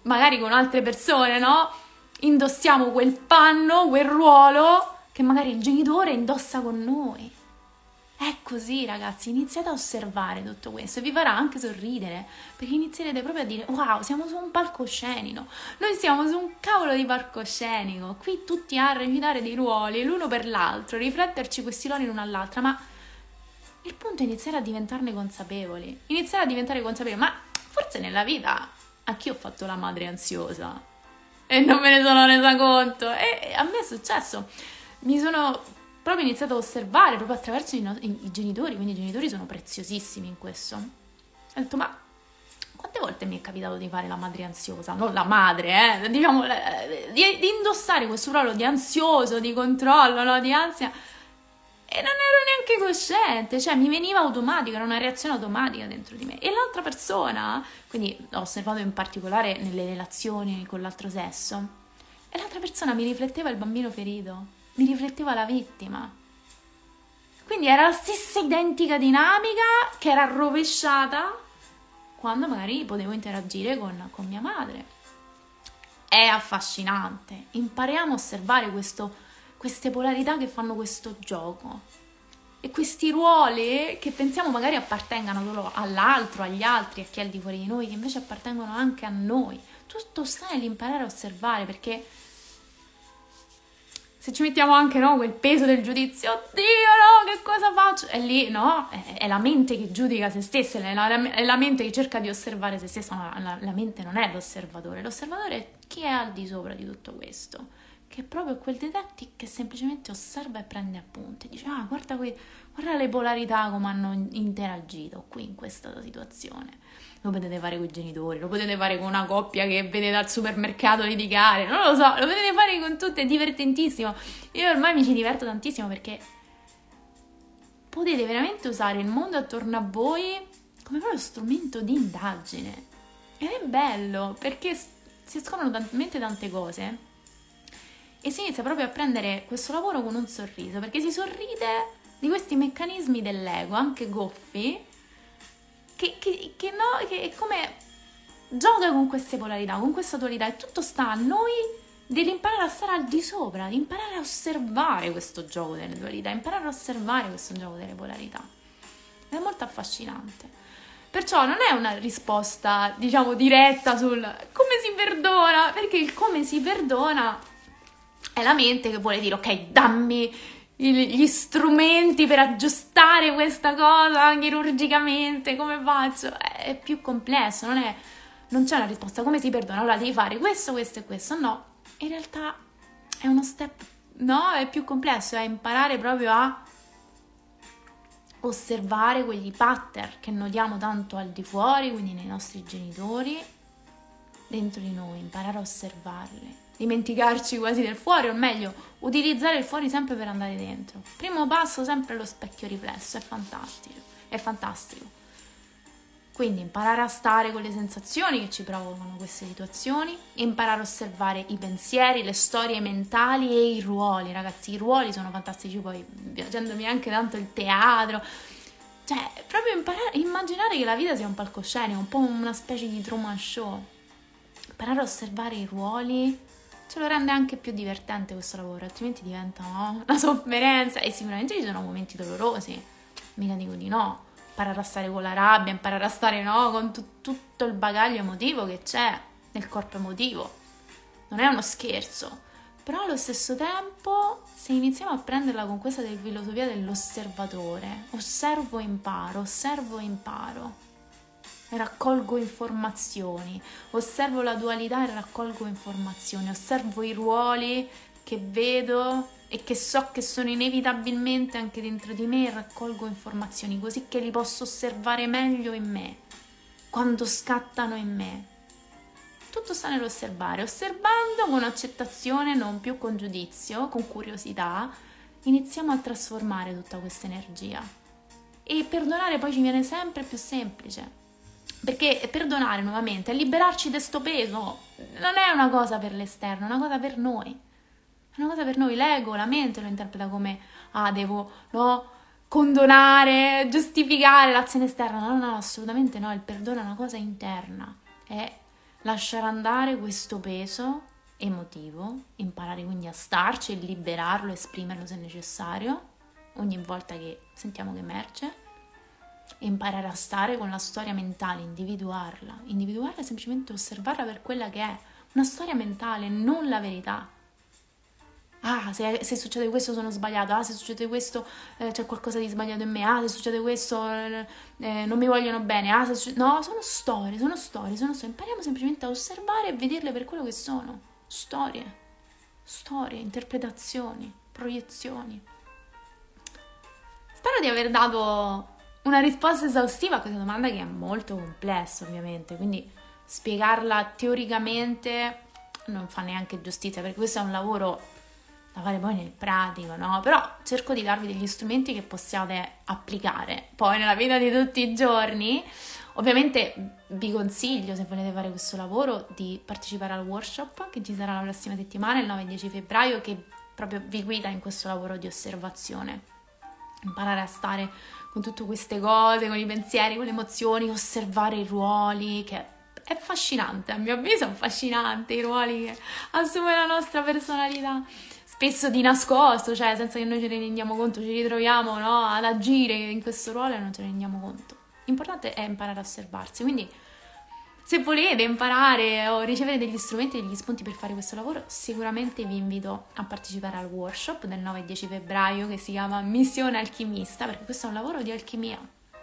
magari con altre persone, no? Indossiamo quel panno, quel ruolo che magari il genitore indossa con noi. È così, ragazzi, iniziate a osservare tutto questo e vi farà anche sorridere, perché inizierete proprio a dire: wow, siamo su un palcoscenico, noi siamo su un cavolo di palcoscenico, qui tutti a recitare dei ruoli l'uno per l'altro, rifletterci questi ruoli l'uno all'altra, ma il punto è iniziare a diventarne consapevoli, iniziare a diventare consapevoli. Ma forse nella vita anch'io ho fatto la madre ansiosa e non me ne sono resa conto, e a me è successo, mi sono proprio iniziato a osservare proprio attraverso i, no- i genitori, quindi i genitori sono preziosissimi in questo. Ho detto: ma quante volte mi è capitato di fare la madre ansiosa, non la madre, eh, diciamo, eh, di, di indossare questo ruolo di ansioso, di controllo, no, di ansia, e non ero neanche cosciente, cioè mi veniva automatico, era una reazione automatica dentro di me. E l'altra persona, quindi ho osservato in particolare nelle relazioni con l'altro sesso, e l'altra persona mi rifletteva il bambino ferito, mi rifletteva la vittima. Quindi era la stessa identica dinamica che era rovesciata quando magari potevo interagire con, con mia madre. È affascinante. Impariamo a osservare questo, queste polarità che fanno questo gioco. E questi ruoli che pensiamo magari appartengano solo all'altro, agli altri, a chi è al di fuori di noi, che invece appartengono anche a noi. Tutto sta nell'imparare a osservare, perché se ci mettiamo anche, no, quel peso del giudizio, oddio, no, che cosa faccio? E lì, no, è, è la mente che giudica se stessa, è la, è la mente che cerca di osservare se stessa, ma la, la mente non è l'osservatore. L'osservatore è chi è al di sopra di tutto questo, che è proprio quel detective che semplicemente osserva e prende appunti. Dice: ah, guarda, qui, guarda le polarità come hanno interagito qui in questa situazione. Lo potete fare con i genitori, lo potete fare con una coppia che vede al supermercato litigare, non lo so, lo potete fare con tutti, è divertentissimo. Io ormai mi ci diverto tantissimo, perché potete veramente usare il mondo attorno a voi come proprio strumento di indagine. Ed è bello, perché si scoprono talmente tante cose e si inizia proprio a prendere questo lavoro con un sorriso, perché si sorride di questi meccanismi dell'ego, anche goffi, Che, che, che, no, che è come gioca con queste polarità, con questa dualità, e tutto sta a noi dell'imparare a stare al di sopra, di imparare a osservare questo gioco delle dualità, imparare a osservare questo gioco delle polarità. Ed è molto affascinante. Perciò non è una risposta, diciamo, diretta sul come si perdona, perché il come si perdona è la mente che vuole dire: ok, dammi gli strumenti per aggiustare questa cosa chirurgicamente, come faccio? È più complesso, non è, non c'è una risposta. Come si perdona? Allora devi fare questo, questo e questo. No, in realtà è uno step, no, è più complesso, è imparare proprio a osservare quegli pattern che notiamo tanto al di fuori, quindi nei nostri genitori, dentro di noi, imparare a osservarli. Dimenticarci quasi del fuori, o meglio, utilizzare il fuori sempre per andare dentro. Primo passo, sempre lo specchio riflesso, è fantastico, è fantastico. Quindi imparare a stare con le sensazioni che ci provocano queste situazioni, imparare a osservare i pensieri, le storie mentali e i ruoli. Ragazzi, i ruoli sono fantastici, poi piacendomi anche tanto il teatro, cioè proprio imparare, immaginare che la vita sia un palcoscenico, un po' una specie di Truman Show. Imparare a osservare i ruoli ce lo rende anche più divertente questo lavoro, altrimenti diventa, no, una sofferenza, e sicuramente ci sono momenti dolorosi, mica dico di no. Imparare a stare con la rabbia, imparare a stare, no, con tu- tutto il bagaglio emotivo che c'è nel corpo emotivo, non è uno scherzo. Però allo stesso tempo, se iniziamo a prenderla con questa filosofia dell'osservatore, osservo e imparo, osservo e imparo, raccolgo informazioni, osservo la dualità e raccolgo informazioni, osservo i ruoli che vedo e che so che sono inevitabilmente anche dentro di me, e raccolgo informazioni così che li posso osservare meglio in me, quando scattano in me. Tutto sta nell'osservare, osservando con accettazione, non più con giudizio, con curiosità, iniziamo a trasformare tutta questa energia. E perdonare poi ci viene sempre più semplice. Perché perdonare nuovamente è liberarci di sto peso, non è una cosa per l'esterno, è una cosa per noi. È una cosa per noi, l'ego, la mente lo interpreta come: ah, devo, no, condonare, giustificare l'azione esterna. No, no, assolutamente no, il perdono è una cosa interna, è lasciare andare questo peso emotivo, imparare quindi a starci e liberarlo, esprimerlo se necessario, ogni volta che sentiamo che emerge, e imparare a stare con la storia mentale, individuarla, individuarla e semplicemente osservarla per quella che è, una storia mentale, non la verità. Ah, se, se succede questo sono sbagliato, ah, se succede questo eh, c'è qualcosa di sbagliato in me, ah, se succede questo eh, eh, non mi vogliono bene, ah, se succede... No, sono storie, sono storie, sono storie. Impariamo semplicemente a osservare e vederle per quello che sono. Storie, storie, interpretazioni, proiezioni. Spero di aver dato una risposta esaustiva a questa domanda che è molto complessa, ovviamente, quindi spiegarla teoricamente non fa neanche giustizia, perché questo è un lavoro da fare poi nel pratico, no? Però cerco di darvi degli strumenti che possiate applicare poi nella vita di tutti i giorni. Ovviamente vi consiglio, se volete fare questo lavoro, di partecipare al workshop che ci sarà la prossima settimana, il nove e dieci febbraio, che proprio vi guida in questo lavoro di osservazione. Imparare a stare con tutte queste cose, con i pensieri, con le emozioni, osservare i ruoli, che è affascinante, a mio avviso è affascinante, i ruoli che assume la nostra personalità. Spesso di nascosto, cioè senza che noi ce ne rendiamo conto, ci ritroviamo, no, ad agire in questo ruolo e non ce ne rendiamo conto. L'importante è imparare a osservarsi, quindi se volete imparare o ricevere degli strumenti e degli spunti per fare questo lavoro, sicuramente vi invito a partecipare al workshop del nove e dieci febbraio che si chiama Missione Alchimista, perché questo è un lavoro di alchimia.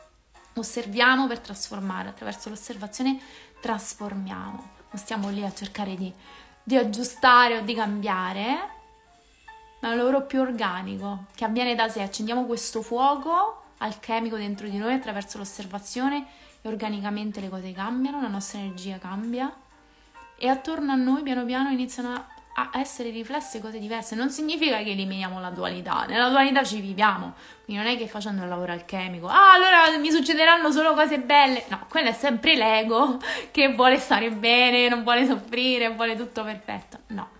Osserviamo per trasformare, attraverso l'osservazione trasformiamo, non stiamo lì a cercare di, di aggiustare o di cambiare, ma è un lavoro più organico, che avviene da sé. Accendiamo questo fuoco alchemico dentro di noi attraverso l'osservazione e organicamente le cose cambiano, la nostra energia cambia e attorno a noi piano piano iniziano a essere riflesse cose diverse. Non significa che eliminiamo la dualità, nella dualità ci viviamo, quindi non è che facendo il lavoro alchemico, ah allora mi succederanno solo cose belle, no, quello è sempre l'ego che vuole stare bene, non vuole soffrire, vuole tutto perfetto, no.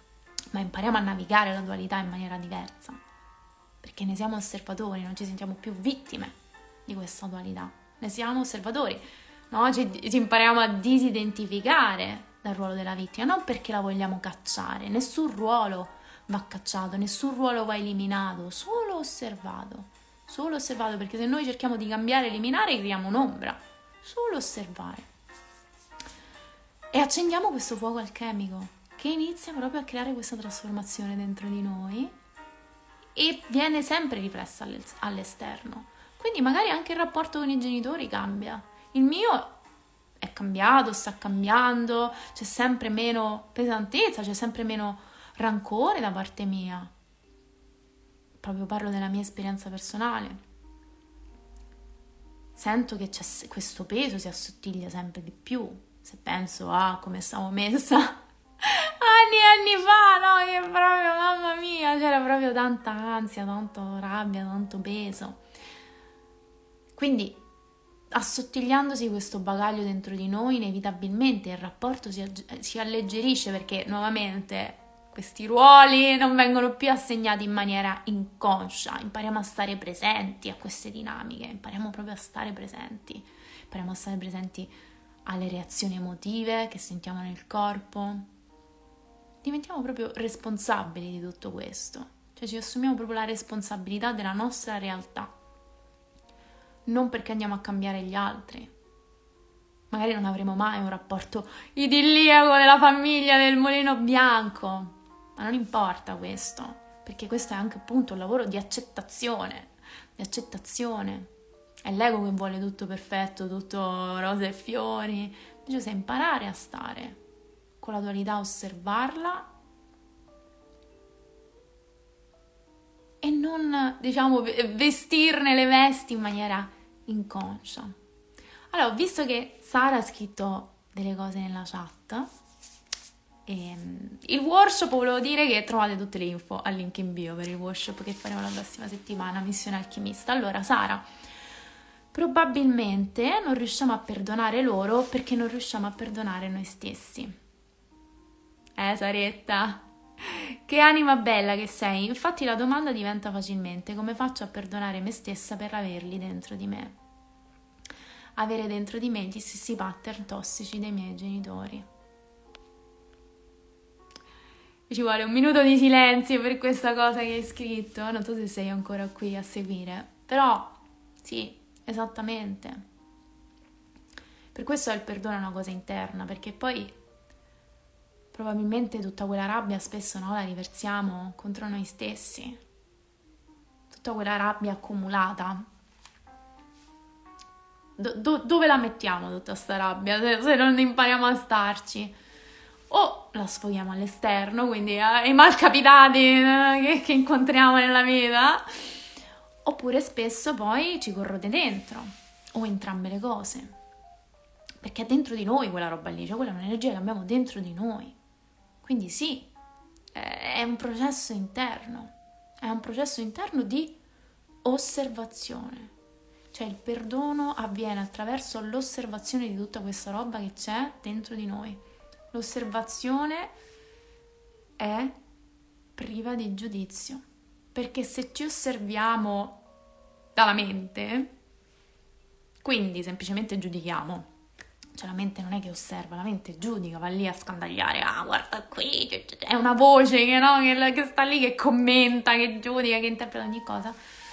Ma impariamo a navigare la dualità in maniera diversa, perché ne siamo osservatori, non ci sentiamo più vittime di questa dualità, ne siamo osservatori, no? Ci, ci impariamo a disidentificare dal ruolo della vittima, non perché la vogliamo cacciare, nessun ruolo va cacciato, nessun ruolo va eliminato, solo osservato, solo osservato, perché se noi cerchiamo di cambiare, eliminare, creiamo un'ombra, solo osservare. E accendiamo questo fuoco alchemico, che inizia proprio a creare questa trasformazione dentro di noi e viene sempre riflessa all'esterno. Quindi magari anche il rapporto con i genitori cambia. Il mio è cambiato, sta cambiando, c'è sempre meno pesantezza, c'è sempre meno rancore da parte mia. Proprio parlo della mia esperienza personale. Sento che c'è questo peso si assottiglia sempre di più. Se penso a come stavo messa anni e anni fa, no, che proprio, mamma mia, c'era proprio tanta ansia, tanto rabbia, tanto peso. Quindi, assottigliandosi questo bagaglio dentro di noi, inevitabilmente il rapporto si, si alleggerisce, perché nuovamente questi ruoli non vengono più assegnati in maniera inconscia, impariamo a stare presenti a queste dinamiche, impariamo proprio a stare presenti, impariamo a stare presenti alle reazioni emotive che sentiamo nel corpo. Diventiamo proprio responsabili di tutto questo, cioè ci assumiamo proprio la responsabilità della nostra realtà, non perché andiamo a cambiare gli altri. Magari non avremo mai un rapporto idilliaco nella famiglia del mulino bianco, ma non importa questo, perché questo è anche appunto un lavoro di accettazione, di accettazione. È l'ego che vuole tutto perfetto, tutto rose e fiori, invece se imparare a stare con la dualità, osservarla e non, diciamo, vestirne le vesti in maniera inconscia. Allora, ho visto che Sara ha scritto delle cose nella chat. E il workshop, volevo dire che trovate tutte le info al link in bio per il workshop che faremo la prossima settimana, Missione Alchimista. Allora, Sara, probabilmente non riusciamo a perdonare loro perché non riusciamo a perdonare noi stessi. Eh, Saretta, che anima bella che sei. Infatti la domanda diventa facilmente: come faccio a perdonare me stessa per averli dentro di me? Avere dentro di me gli stessi pattern tossici dei miei genitori. Ci vuole un minuto di silenzio per questa cosa che hai scritto. Non so se sei ancora qui a seguire. Però, sì, esattamente. Per questo il perdono è una cosa interna, perché poi probabilmente tutta quella rabbia spesso no, la riversiamo contro noi stessi. Tutta quella rabbia accumulata. Do- do- dove la mettiamo tutta sta rabbia se, se non impariamo a starci? O la sfoghiamo all'esterno, quindi ai malcapitati eh, che, che incontriamo nella vita, oppure spesso poi ci corrode dentro, o entrambe le cose, perché è dentro di noi quella roba lì, cioè quella è un'energia che abbiamo dentro di noi. Quindi sì, è un processo interno, è un processo interno di osservazione. Cioè il perdono avviene attraverso l'osservazione di tutta questa roba che c'è dentro di noi. L'osservazione è priva di giudizio, perché se ci osserviamo dalla mente, quindi semplicemente giudichiamo, cioè la mente non è che osserva, la mente giudica, va lì a scandagliare, ah guarda qui, è una voce che, no, che, che sta lì, che commenta, che giudica, che interpreta ogni cosa,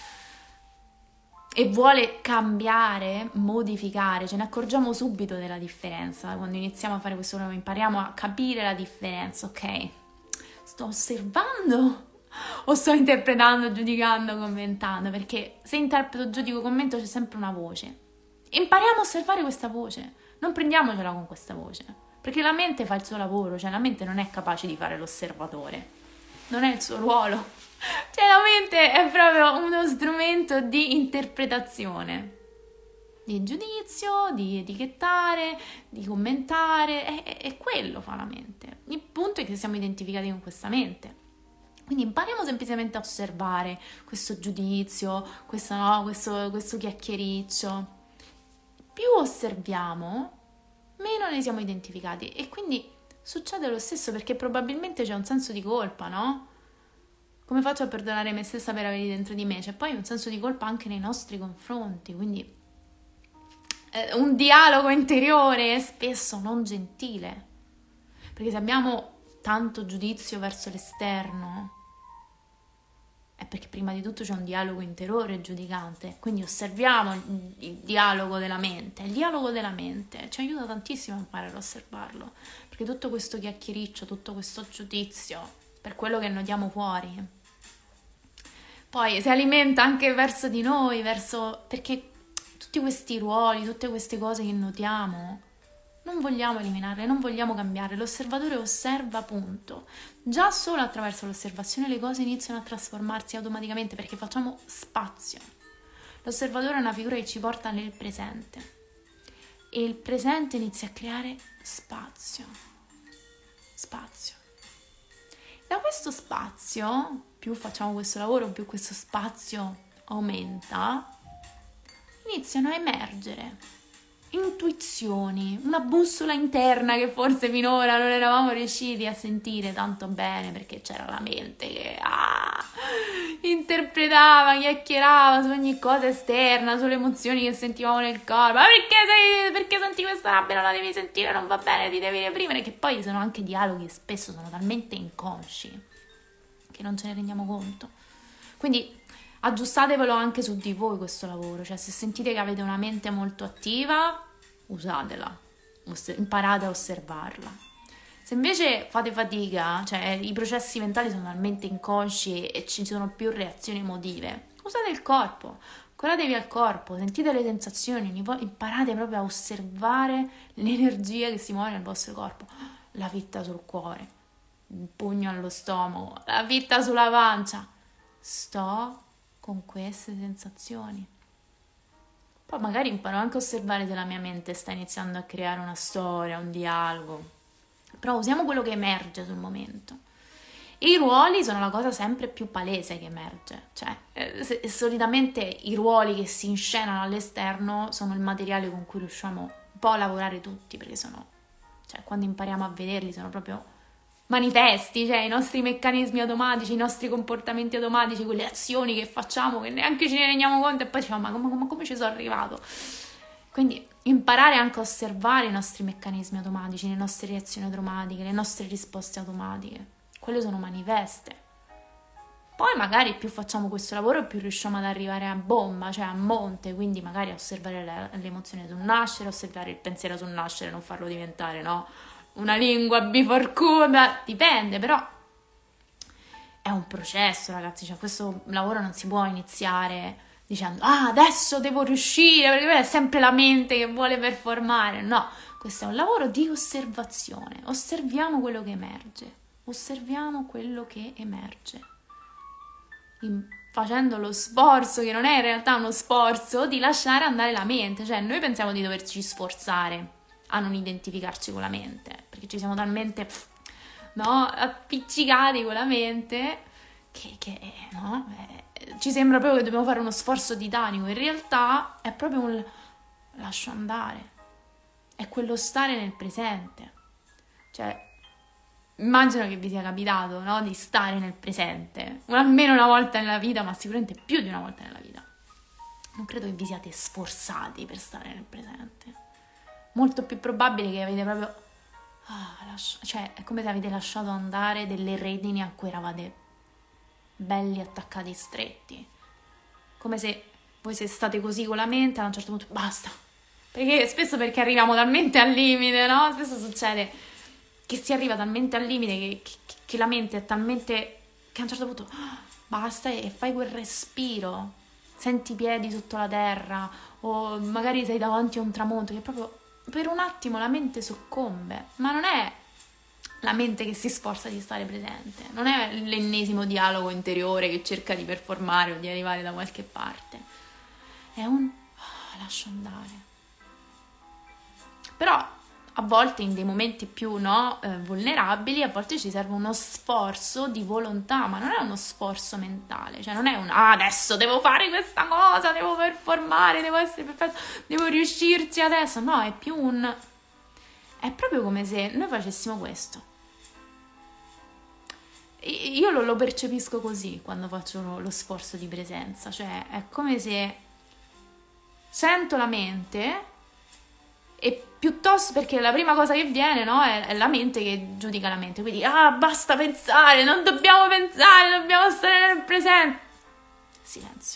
e vuole cambiare, modificare, ce ne accorgiamo subito della differenza. Quando iniziamo a fare questo lavoro impariamo a capire la differenza, ok? Sto osservando o sto interpretando, giudicando, commentando? Perché se interpreto, giudico, commento c'è sempre una voce. Impariamo a osservare questa voce, non prendiamocela con questa voce, perché la mente fa il suo lavoro, cioè la mente non è capace di fare l'osservatore, non è il suo ruolo. Cioè la mente è proprio uno strumento di interpretazione, di giudizio, di etichettare, di commentare, è, è, è quello fa la mente. Il punto è che siamo identificati con questa mente. Quindi impariamo semplicemente a osservare questo giudizio, questo, no, questo, questo chiacchiericcio. Più osserviamo, meno ne siamo identificati. E quindi succede lo stesso, perché probabilmente c'è un senso di colpa, no? Come faccio a perdonare me stessa per averli dentro di me? C'è poi un senso di colpa anche nei nostri confronti, quindi eh, un dialogo interiore spesso non gentile, perché se abbiamo tanto giudizio verso l'esterno è perché prima di tutto c'è un dialogo interiore giudicante, quindi osserviamo il, il dialogo della mente. Il dialogo della mente ci aiuta tantissimo a imparare ad osservarlo, perché tutto questo chiacchiericcio, tutto questo giudizio per quello che noi diamo fuori, poi si alimenta anche verso di noi, verso, perché tutti questi ruoli, tutte queste cose che notiamo non vogliamo eliminarle, non vogliamo cambiare. L'osservatore osserva, punto. Già solo attraverso l'osservazione le cose iniziano a trasformarsi automaticamente, perché facciamo spazio. L'osservatore è una figura che ci porta nel presente e il presente inizia a creare spazio. Spazio. Da questo spazio, più facciamo questo lavoro, più questo spazio aumenta, iniziano a emergere intuizioni, una bussola interna che forse finora non eravamo riusciti a sentire tanto bene, perché c'era la mente che ah, interpretava, chiacchierava su ogni cosa esterna, sulle emozioni che sentivamo nel corpo. Ma perché, sei, perché senti questa rabbia, non la devi sentire, non va bene, ti devi reprimere, che poi sono anche dialoghi che spesso sono talmente inconsci che non ce ne rendiamo conto. Quindi aggiustatevelo anche su di voi questo lavoro, cioè se sentite che avete una mente molto attiva, usatela, imparate a osservarla. Se invece fate fatica, cioè i processi mentali sono talmente inconsci e ci sono più reazioni emotive, usate il corpo, curatevi al corpo, sentite le sensazioni, imparate proprio a osservare l'energia che si muove nel vostro corpo, la fitta sul cuore, il pugno allo stomaco, la fitta sulla pancia. Sto con queste sensazioni. Poi magari imparo anche a osservare se la mia mente sta iniziando a creare una storia, un dialogo. Però usiamo quello che emerge sul momento. I ruoli sono la cosa sempre più palese che emerge. Cioè, eh, se, solitamente i ruoli che si inscenano all'esterno sono il materiale con cui riusciamo un po' a lavorare tutti, perché sono, cioè, quando impariamo a vederli sono proprio manifesti, cioè i nostri meccanismi automatici, i nostri comportamenti automatici, quelle azioni che facciamo che neanche ce ne rendiamo conto e poi diciamo ma come, ma come ci sono arrivato? Quindi imparare anche a osservare i nostri meccanismi automatici, le nostre reazioni automatiche, le nostre risposte automatiche. quelle sono manifeste. Poi magari più facciamo questo lavoro più riusciamo ad arrivare a bomba, cioè a monte, quindi magari a osservare le, l'emozione sul nascere, osservare il pensiero sul nascere, non farlo diventare, no, una lingua biforcuta, dipende, però è un processo, ragazzi, cioè questo lavoro non si può iniziare dicendo ah adesso devo riuscire, perché è sempre la mente che vuole performare. No, questo è un lavoro di osservazione, osserviamo quello che emerge, osserviamo quello che emerge, in, facendo lo sforzo, che non è in realtà uno sforzo, di lasciare andare la mente. Cioè noi pensiamo di doverci sforzare a non identificarci con la mente, perché ci siamo talmente pff, no, appiccicati con la mente che, che no, eh, ci sembra proprio che dobbiamo fare uno sforzo titanico. In realtà è proprio un lascio andare, è quello stare nel presente. Cioè immagino che vi sia capitato, no, di stare nel presente almeno una volta nella vita, ma sicuramente più di una volta nella vita. Non credo che vi siate sforzati per stare nel presente. Molto più probabile che avete proprio ah, lascia... cioè è come se avete lasciato andare delle redini a cui eravate belli attaccati stretti, come se voi se state così con la mente a un certo punto basta, perché spesso perché arriviamo talmente al limite, no? Spesso succede che si arriva talmente al limite che, che, che la mente è talmente che a un certo punto ah, basta, e fai quel respiro, senti i piedi sotto la terra o magari sei davanti a un tramonto che proprio per un attimo la mente soccombe, ma non è la mente che si sforza di stare presente, non è l'ennesimo dialogo interiore che cerca di performare o di arrivare da qualche parte, è un oh, lascio andare. Però a volte in dei momenti più no, eh, vulnerabili, a volte ci serve uno sforzo di volontà, ma non è uno sforzo mentale, cioè non è un ah, adesso devo fare questa cosa, devo performare, devo essere perfetto, devo riuscirci adesso, no, è più un è proprio come se noi facessimo questo. Io lo, lo percepisco così quando faccio lo sforzo di presenza, cioè è come se sento la mente e piuttosto, perché la prima cosa che viene, no, è, è la mente che giudica la mente, quindi ah basta pensare, non dobbiamo pensare, dobbiamo stare nel presente. Silenzio.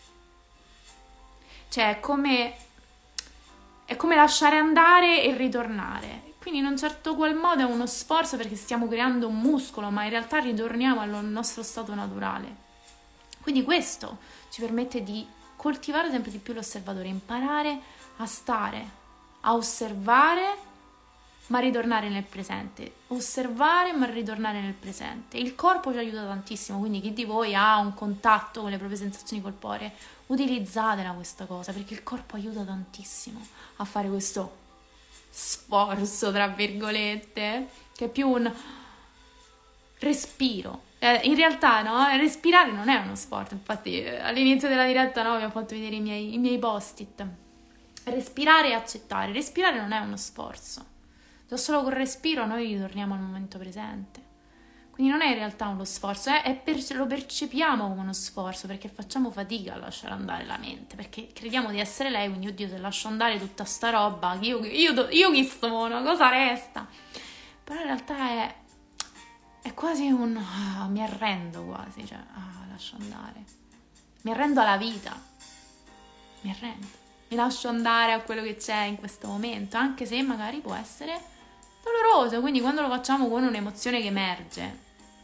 Cioè è come è come lasciare andare e ritornare. Quindi in un certo qual modo è uno sforzo perché stiamo creando un muscolo, ma in realtà ritorniamo al nostro stato naturale. Quindi questo ci permette di coltivare sempre di più l'osservatore, imparare a stare, a osservare ma ritornare nel presente, osservare ma ritornare nel presente. Il corpo ci aiuta tantissimo, quindi chi di voi ha un contatto con le proprie sensazioni corporee, utilizzatela questa cosa, perché il corpo aiuta tantissimo a fare questo sforzo tra virgolette, che è più un respiro. Eh, in realtà no, respirare non è uno sport, infatti all'inizio della diretta no, vi ho fatto vedere i miei, i miei post-it. Respirare e accettare, respirare non è uno sforzo, già solo col respiro noi ritorniamo al momento presente, quindi non è in realtà uno sforzo, è, è per, lo percepiamo come uno sforzo perché facciamo fatica a lasciare andare la mente, perché crediamo di essere lei, quindi oddio se lascio andare tutta sta roba, io, io, io chi sono, cosa resta? Però in realtà è, è quasi un ah, mi arrendo quasi, cioè ah, lascio andare, mi arrendo alla vita, mi arrendo, mi lascio andare a quello che c'è in questo momento, anche se magari può essere doloroso, quindi quando lo facciamo con un'emozione che emerge,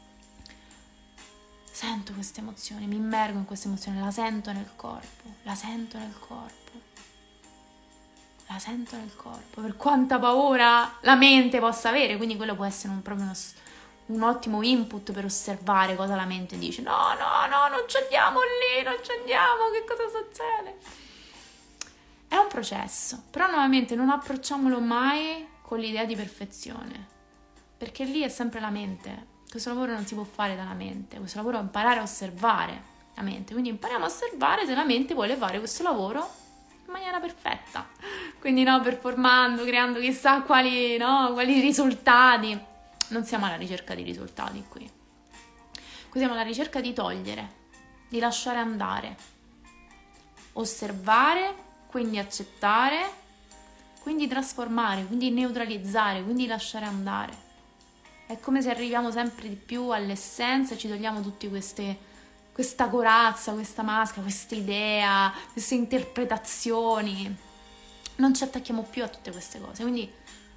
sento questa emozione, mi immergo in questa emozione, la sento nel corpo, la sento nel corpo, la sento nel corpo, per quanta paura la mente possa avere, quindi quello può essere un, proprio uno, un ottimo input per osservare cosa la mente dice, no, no, no, non ci andiamo lì, non ci andiamo, che cosa succede? È un processo, però nuovamente non approcciamolo mai con l'idea di perfezione, perché lì è sempre la mente. Questo lavoro non si può fare dalla mente, questo lavoro è imparare a osservare la mente, quindi impariamo a osservare se la mente vuole fare questo lavoro in maniera perfetta, quindi no, performando, creando chissà quali, no, quali risultati. Non siamo alla ricerca di risultati qui, qui siamo alla ricerca di togliere, di lasciare andare, osservare, quindi accettare, quindi trasformare, quindi neutralizzare, quindi lasciare andare. È come se arriviamo sempre di più all'essenza e ci togliamo tutte queste, questa corazza, questa maschera, questa idea, queste interpretazioni. Non ci attacchiamo più a tutte queste cose, quindi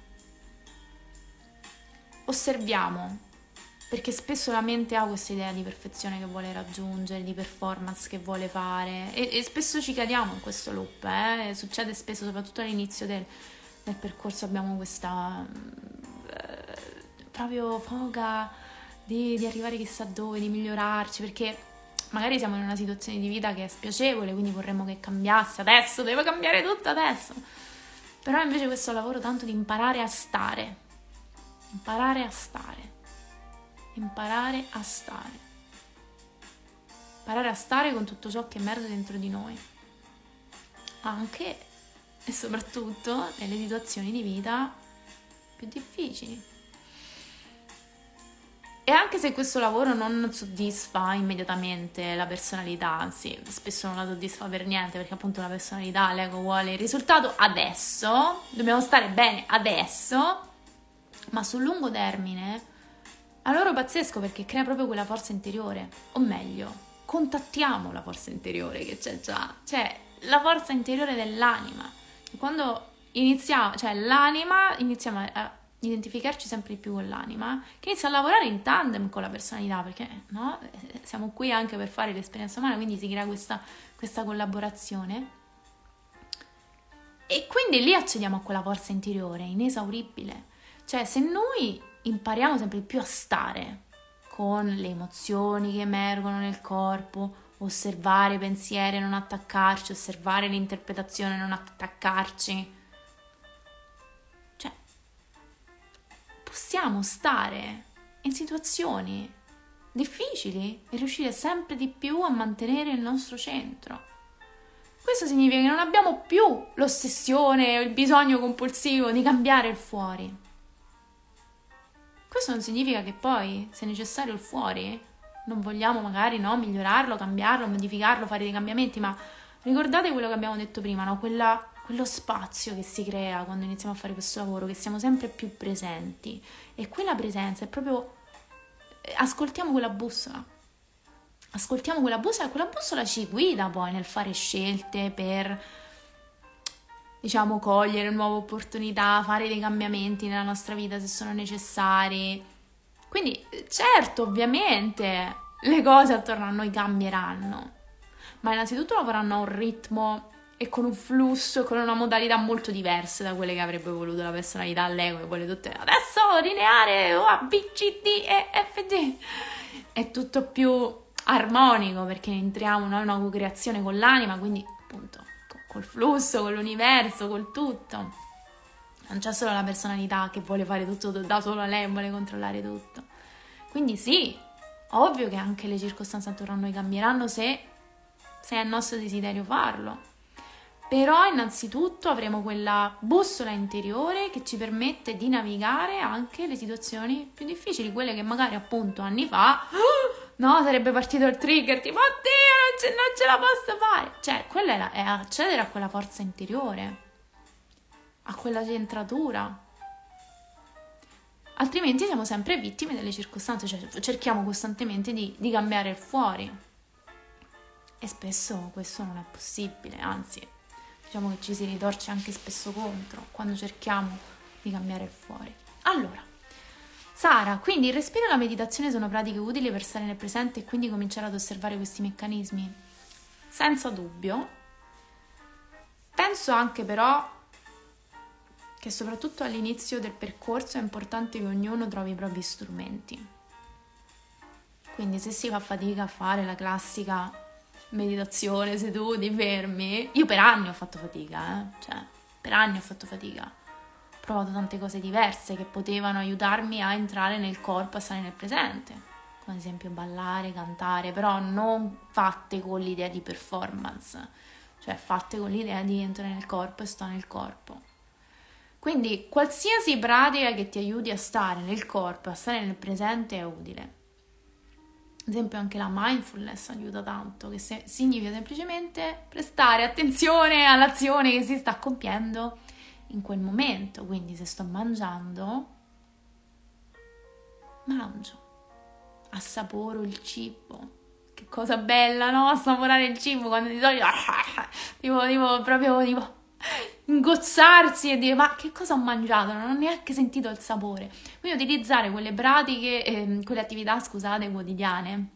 osserviamo, perché spesso la mente ha questa idea di perfezione che vuole raggiungere, di performance che vuole fare, e, e spesso ci cadiamo in questo loop, eh? Succede spesso, soprattutto all'inizio del, del percorso abbiamo questa eh, proprio foga di, di arrivare chissà dove, di migliorarci, perché magari siamo in una situazione di vita che è spiacevole, quindi vorremmo che cambiasse adesso, deve cambiare tutto adesso, però invece questo è un lavoro tanto di imparare a stare, imparare a stare. Imparare a stare. Imparare a stare con tutto ciò che emerge dentro di noi. Anche e soprattutto nelle situazioni di vita più difficili. E anche se questo lavoro non soddisfa immediatamente la personalità, anzi, spesso non la soddisfa per niente, perché appunto la personalità, l'ego vuole il risultato adesso, dobbiamo stare bene adesso, ma sul lungo termine a loro pazzesco, perché crea proprio quella forza interiore, o meglio, contattiamo la forza interiore che c'è già, cioè la forza interiore dell'anima. Quando iniziamo, cioè l'anima, iniziamo a identificarci sempre di più con l'anima, che inizia a lavorare in tandem con la personalità, perché no? Siamo qui anche per fare l'esperienza umana, quindi si crea questa, questa collaborazione. E quindi lì accediamo a quella forza interiore inesauribile. Cioè se noi impariamo sempre più a stare con le emozioni che emergono nel corpo, osservare i pensieri e non attaccarci, osservare l'interpretazione e non attaccarci, cioè possiamo stare in situazioni difficili e riuscire sempre di più a mantenere il nostro centro. Questo significa che non abbiamo più l'ossessione o il bisogno compulsivo di cambiare il fuori. Questo non significa che poi, se necessario il fuori, non vogliamo magari no, migliorarlo, cambiarlo, modificarlo, fare dei cambiamenti, ma ricordate quello che abbiamo detto prima, no? Quella, quello spazio che si crea quando iniziamo a fare questo lavoro, che siamo sempre più presenti, e quella presenza è proprio, ascoltiamo quella bussola, ascoltiamo quella bussola e quella bussola ci guida poi nel fare scelte per, diciamo, cogliere nuove opportunità, fare dei cambiamenti nella nostra vita se sono necessari. Quindi certo, ovviamente le cose attorno a noi cambieranno, ma innanzitutto lo faranno a un ritmo e con un flusso e con una modalità molto diverse da quelle che avrebbe voluto la personalità, l'ego, che vuole tutte adesso lineare o A, B, C, D, E, F, G. È tutto più armonico, perché entriamo in una co-creazione con l'anima, quindi appunto col flusso, con l'universo, col tutto. Non c'è solo la personalità che vuole fare tutto da solo a lei, vuole controllare tutto. Quindi sì, ovvio che anche le circostanze attorno a noi cambieranno se, se è il nostro desiderio farlo. Però innanzitutto avremo quella bussola interiore che ci permette di navigare anche le situazioni più difficili, quelle che magari appunto anni fa no, sarebbe partito il trigger tipo oddio non ce, non ce la posso fare, cioè quella è, la, è accedere a quella forza interiore, a quella centratura, altrimenti siamo sempre vittime delle circostanze, cioè cerchiamo costantemente di, di cambiare il fuori e spesso questo non è possibile, anzi diciamo che ci si ritorce anche spesso contro quando cerchiamo di cambiare il fuori. Allora Sara, quindi il respiro e la meditazione sono pratiche utili per stare nel presente e quindi cominciare ad osservare questi meccanismi? Senza dubbio. Penso anche però che soprattutto all'inizio del percorso è importante che ognuno trovi i propri strumenti. Quindi se si fa fatica a fare la classica meditazione seduti, fermi, io per anni ho fatto fatica, eh? Cioè per anni ho fatto fatica. Ho provato tante cose diverse che potevano aiutarmi a entrare nel corpo, a stare nel presente, come ad esempio ballare, cantare, però non fatte con l'idea di performance, cioè fatte con l'idea di entrare nel corpo e sto nel corpo. Quindi qualsiasi pratica che ti aiuti a stare nel corpo, a stare nel presente è utile. Ad esempio anche la mindfulness aiuta tanto, che se, significa semplicemente prestare attenzione all'azione che si sta compiendo in quel momento. Quindi se sto mangiando, mangio, assaporo il cibo. Che cosa bella, no? Assaporare il cibo quando di solito tipo, tipo proprio tipo ingozzarsi e dire ma che cosa ho mangiato? Non ho neanche sentito il sapore. Quindi utilizzare quelle pratiche, eh, quelle attività, scusate, quotidiane.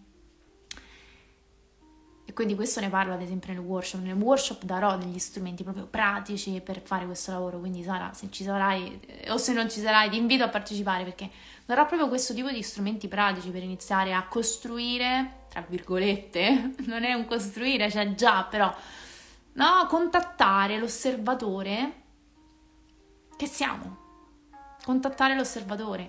E quindi questo ne parlo ad esempio nel workshop. Nel workshop darò degli strumenti proprio pratici per fare questo lavoro, quindi Sara, se ci sarai eh, o se non ci sarai ti invito a partecipare, perché darò proprio questo tipo di strumenti pratici per iniziare a costruire, tra virgolette, non è un costruire, cioè già, però, no, contattare l'osservatore che siamo, contattare l'osservatore.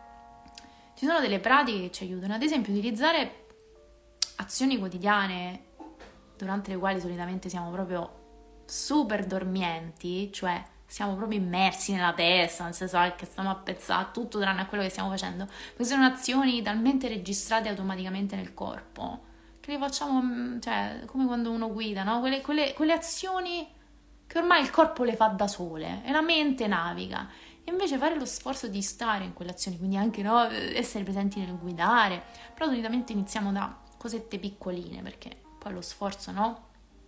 Ci sono delle pratiche che ci aiutano, ad esempio utilizzare azioni quotidiane durante le quali solitamente siamo proprio super dormienti, cioè siamo proprio immersi nella testa, non si sa che stiamo a pensare tutto tranne a quello che stiamo facendo. Queste sono azioni talmente registrate automaticamente nel corpo che le facciamo, cioè, come quando uno guida, no? Quelle, quelle, quelle azioni che ormai il corpo le fa da sole e la mente naviga. E invece fare lo sforzo di stare in quelle azioni, quindi anche, no, essere presenti nel guidare, però solitamente iniziamo da cosette piccoline, perché poi lo sforzo, no?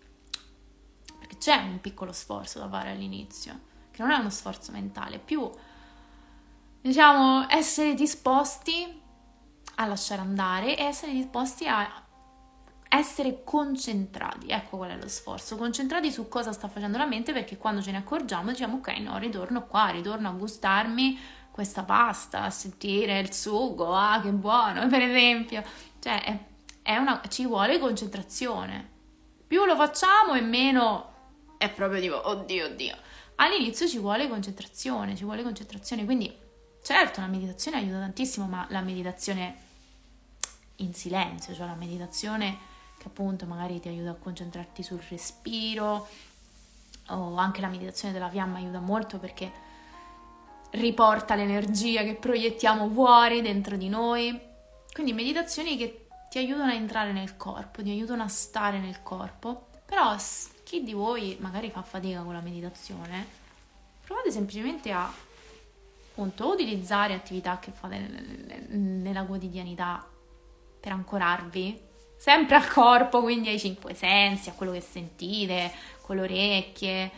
Perché c'è un piccolo sforzo da fare all'inizio, che non è uno sforzo mentale, è più, diciamo, essere disposti a lasciare andare e essere disposti a essere concentrati. Ecco qual è lo sforzo, concentrati su cosa sta facendo la mente, perché quando ce ne accorgiamo diciamo ok, no, ritorno qua, ritorno a gustarmi questa pasta, a sentire il sugo, ah che buono, per esempio, cioè è È una, ci vuole concentrazione. Più lo facciamo e meno è proprio tipo oddio oddio. All'inizio ci vuole concentrazione, ci vuole concentrazione. Quindi certo la meditazione aiuta tantissimo, ma la meditazione in silenzio, cioè la meditazione che appunto magari ti aiuta a concentrarti sul respiro, o anche la meditazione della fiamma aiuta molto perché riporta l'energia che proiettiamo fuori dentro di noi. Quindi meditazioni che ti aiutano a entrare nel corpo, ti aiutano a stare nel corpo. Però chi di voi magari fa fatica con la meditazione, provate semplicemente a appunto utilizzare attività che fate nella quotidianità per ancorarvi sempre al corpo, quindi ai cinque sensi, a quello che sentite, con le orecchie,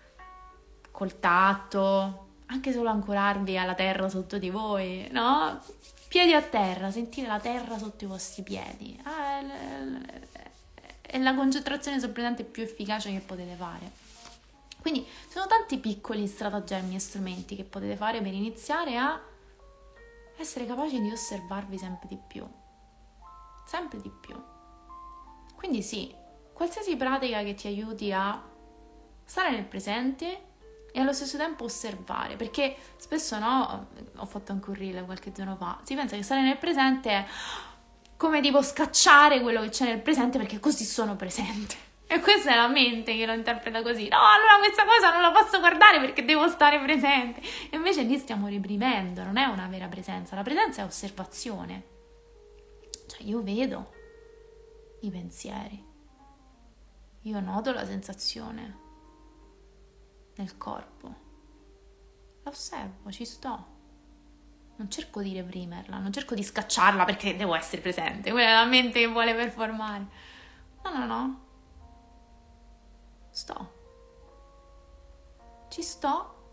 col tatto, anche solo ancorarvi alla terra sotto di voi, no? Piedi a terra, sentire la terra sotto i vostri piedi. Ah, è la concentrazione sorprendente più efficace che potete fare. Quindi sono tanti piccoli stratagemmi e strumenti che potete fare per iniziare a essere capaci di osservarvi sempre di più. Sempre di più. Quindi sì, qualsiasi pratica che ti aiuti a stare nel presente e allo stesso tempo osservare, perché spesso, no, ho fatto anche un reel qualche giorno fa, si pensa che stare nel presente è come tipo scacciare quello che c'è nel presente perché così sono presente, e questa è la mente che lo interpreta così, no, allora questa cosa non la posso guardare perché devo stare presente, e invece lì stiamo reprimendo, non è una vera presenza, la presenza è osservazione, cioè io vedo i pensieri, io noto la sensazione nel corpo, la osservo, ci sto, non cerco di reprimerla, non cerco di scacciarla perché devo essere presente, quella è la mente che vuole performare, no no no, sto, ci sto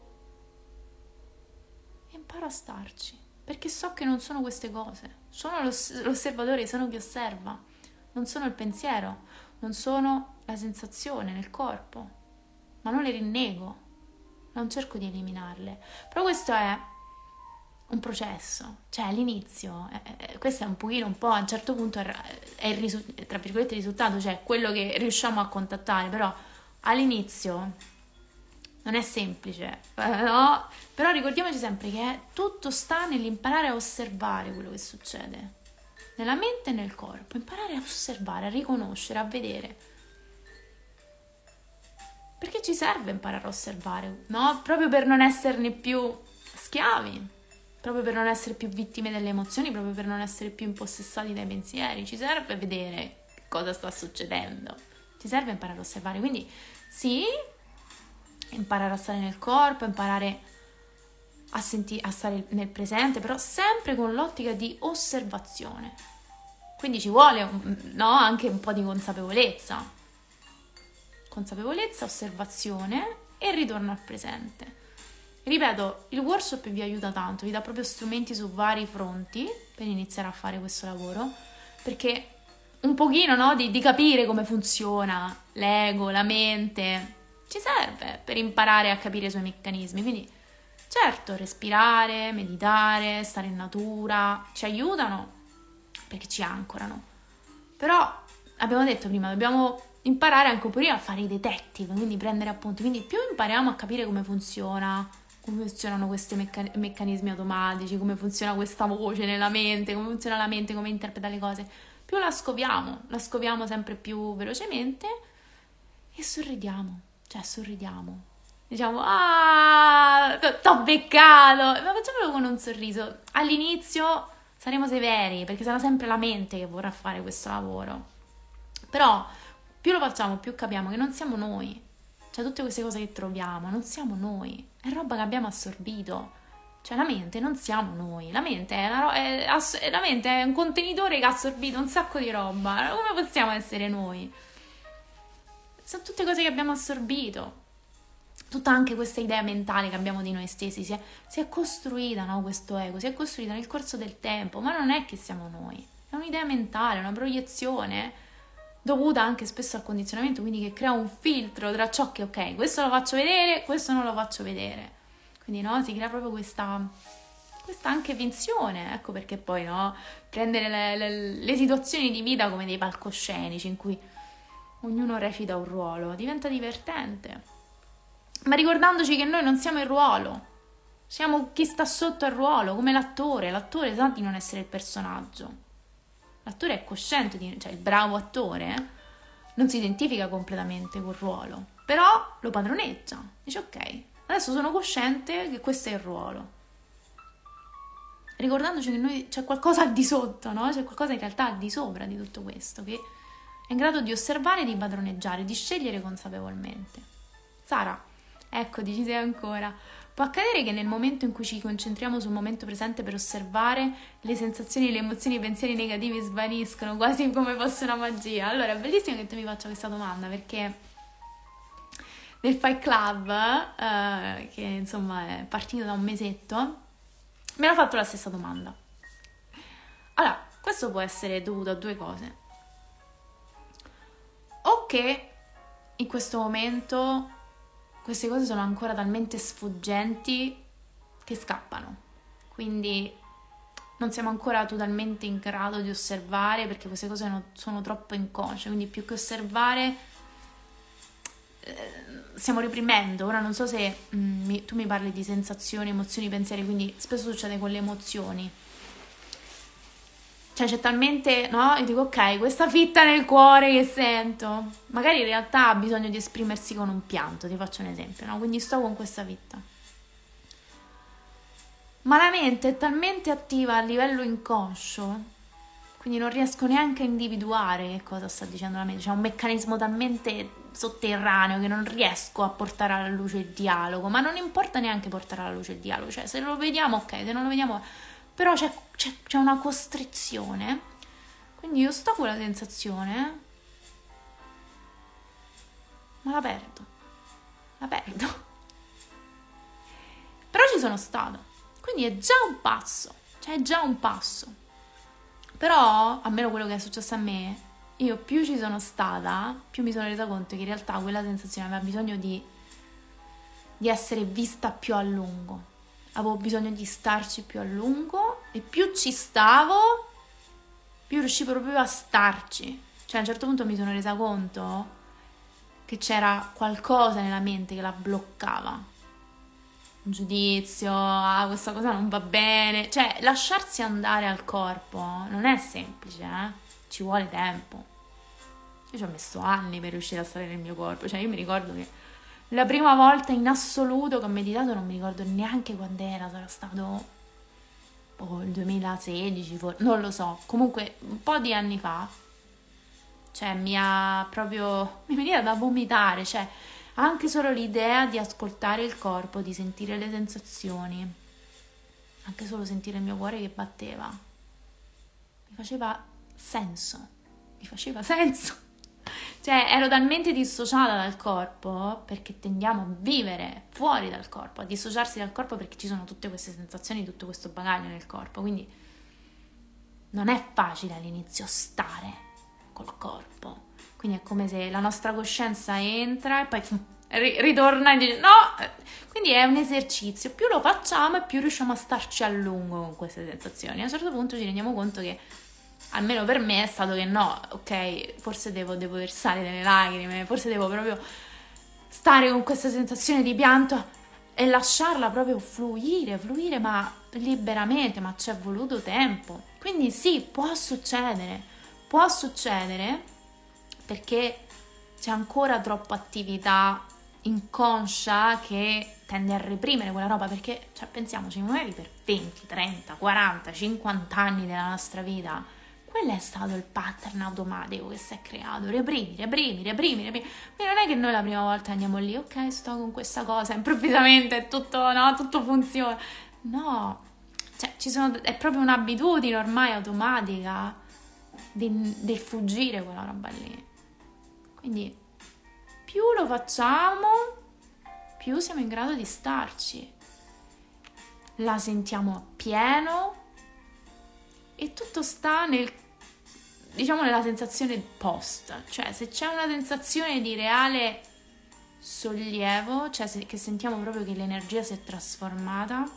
e imparo a starci, perché so che non sono queste cose, sono l'oss- l'osservatore, sono chi osserva, non sono il pensiero, non sono la sensazione nel corpo, ma non le rinnego, non cerco di eliminarle. Però questo è un processo, cioè all'inizio, eh, questo è un pochino, un po' a un certo punto è il risu- tra virgolette il risultato, cioè quello che riusciamo a contattare, però all'inizio non è semplice, eh, no? Però ricordiamoci sempre che tutto sta nell'imparare a osservare quello che succede, nella mente e nel corpo, imparare a osservare, a riconoscere, a vedere. Perché ci serve imparare a osservare, no? Proprio per non esserne più schiavi, proprio per non essere più vittime delle emozioni, proprio per non essere più impossessati dai pensieri. Ci serve vedere cosa sta succedendo, ci serve imparare a osservare. Quindi sì, imparare a stare nel corpo, imparare a, senti- a stare nel presente, però sempre con l'ottica di osservazione. Quindi ci vuole, no, anche un po' di consapevolezza. Consapevolezza, osservazione e ritorno al presente. Ripeto, il workshop vi aiuta tanto, vi dà proprio strumenti su vari fronti per iniziare a fare questo lavoro, perché un pochino, no, di, di capire come funziona l'ego, la mente, ci serve per imparare a capire i suoi meccanismi. Quindi certo, respirare, meditare, stare in natura ci aiutano perché ci ancorano, però abbiamo detto prima, dobbiamo imparare anche un po' a fare i detective, quindi prendere appunti. Quindi più impariamo a capire come funziona, come funzionano questi meccan- meccanismi automatici, come funziona questa voce nella mente, come funziona la mente, come interpreta le cose, più la scoviamo, la scoviamo sempre più velocemente e sorridiamo, cioè sorridiamo. Diciamo, ah, t'ho beccato, ma facciamolo con un sorriso. All'inizio saremo severi, perché sarà sempre la mente che vorrà fare questo lavoro. Però più lo facciamo, più capiamo che non siamo noi. Cioè tutte queste cose che troviamo, non siamo noi. È roba che abbiamo assorbito. Cioè la mente non siamo noi. La mente è, una ro- è, ass- la mente è un contenitore che ha assorbito un sacco di roba. Come possiamo essere noi? Sono tutte cose che abbiamo assorbito. Tutta anche questa idea mentale che abbiamo di noi stessi si è, si è costruita, no? Questo ego si è costruita nel corso del tempo, ma non è che siamo noi, è un'idea mentale, una proiezione dovuta anche spesso al condizionamento, quindi che crea un filtro tra ciò che ok, questo lo faccio vedere, questo non lo faccio vedere, quindi no, si crea proprio questa, questa anche finzione. Ecco perché poi no, prendere le, le, le situazioni di vita come dei palcoscenici in cui ognuno recita un ruolo diventa divertente. Ma ricordandoci che noi non siamo il ruolo, siamo chi sta sotto al ruolo, come l'attore. L'attore sa di non essere il personaggio. L'attore è cosciente, di, cioè il bravo attore eh, non si identifica completamente col ruolo, però lo padroneggia. Dice ok, adesso sono cosciente che questo è il ruolo. Ricordandoci che noi c'è qualcosa al di sotto, no? C'è qualcosa in realtà al di sopra di tutto questo, che è in grado di osservare e di padroneggiare, di scegliere consapevolmente. Sara, eccoti, ci sei ancora. Può accadere che nel momento in cui ci concentriamo sul momento presente per osservare, le sensazioni, le emozioni, i pensieri negativi svaniscono quasi come fosse una magia. Allora è bellissimo che tu mi faccia questa domanda, perché nel Fight Club, eh, che insomma è partito da un mesetto, mi hanno fatto la stessa domanda. Allora, questo può essere dovuto a due cose. O che in questo momento queste cose sono ancora talmente sfuggenti che scappano, quindi non siamo ancora totalmente in grado di osservare, perché queste cose sono, sono troppo inconsce, quindi più che osservare eh, stiamo reprimendo. Ora non so se mh, mi, tu mi parli di sensazioni, emozioni, pensieri, quindi spesso succede con le emozioni. Cioè c'è talmente, no? Io dico ok, questa fitta nel cuore che sento, magari in realtà ha bisogno di esprimersi con un pianto, ti faccio un esempio, no? Quindi sto con questa fitta. Ma la mente è talmente attiva a livello inconscio, quindi non riesco neanche a individuare che cosa sta dicendo la mente. C'è un meccanismo talmente sotterraneo che non riesco a portare alla luce il dialogo, ma non importa neanche portare alla luce il dialogo, cioè se lo vediamo ok, se non lo vediamo... Però c'è, c'è, c'è una costrizione, quindi io sto con la sensazione, ma la perdo, la perdo. Però ci sono stata, quindi è già un passo, cioè è già un passo. Però, almeno quello che è successo a me, io più ci sono stata, più mi sono resa conto che in realtà quella sensazione aveva bisogno di, di essere vista più a lungo. Avevo bisogno di starci più a lungo e più ci stavo, più riuscivo proprio a starci. Cioè a un certo punto mi sono resa conto che c'era qualcosa nella mente che la bloccava. Un giudizio, ah questa cosa non va bene. Cioè lasciarsi andare al corpo non è semplice, eh? Ci vuole tempo. Io ci ho messo anni per riuscire a stare nel mio corpo. Cioè io mi ricordo che la prima volta in assoluto che ho meditato non mi ricordo neanche quando era, sarà stato oh, il duemilasedici, forse, non lo so, comunque un po' di anni fa. Cioè mi ha proprio, mi veniva da vomitare, cioè anche solo l'idea di ascoltare il corpo, di sentire le sensazioni, anche solo sentire il mio cuore che batteva, mi faceva senso, mi faceva senso. Cioè ero talmente dissociata dal corpo, perché tendiamo a vivere fuori dal corpo, a dissociarsi dal corpo perché ci sono tutte queste sensazioni, tutto questo bagaglio nel corpo, quindi non è facile all'inizio stare col corpo, quindi è come se la nostra coscienza entra e poi ri- ritorna e dice no, quindi è un esercizio, più lo facciamo e più riusciamo a starci a lungo con queste sensazioni. A un certo punto ci rendiamo conto che, almeno per me, è stato che no, ok, forse devo, devo versare delle lacrime, forse devo proprio stare con questa sensazione di pianto e lasciarla proprio fluire, fluire ma liberamente, ma ci è voluto tempo. Quindi sì, può succedere, può succedere perché c'è ancora troppa attività inconscia che tende a reprimere quella roba, perché, cioè, pensiamoci, magari per venti, trenta, quaranta, cinquanta anni della nostra vita, quello è stato il pattern automatico che si è creato, reprimi, reprimi, reprimi, reprimi. Quindi non è che noi la prima volta andiamo lì, ok, sto con questa cosa, improvvisamente tutto, no, tutto funziona. No, cioè, ci sono, è proprio un'abitudine ormai automatica di, del fuggire quella roba lì. Quindi più lo facciamo, più siamo in grado di starci. La sentiamo appieno e tutto sta nel, diciamo, nella sensazione post. Cioè, se c'è una sensazione di reale sollievo, cioè se, che sentiamo proprio che l'energia si è trasformata,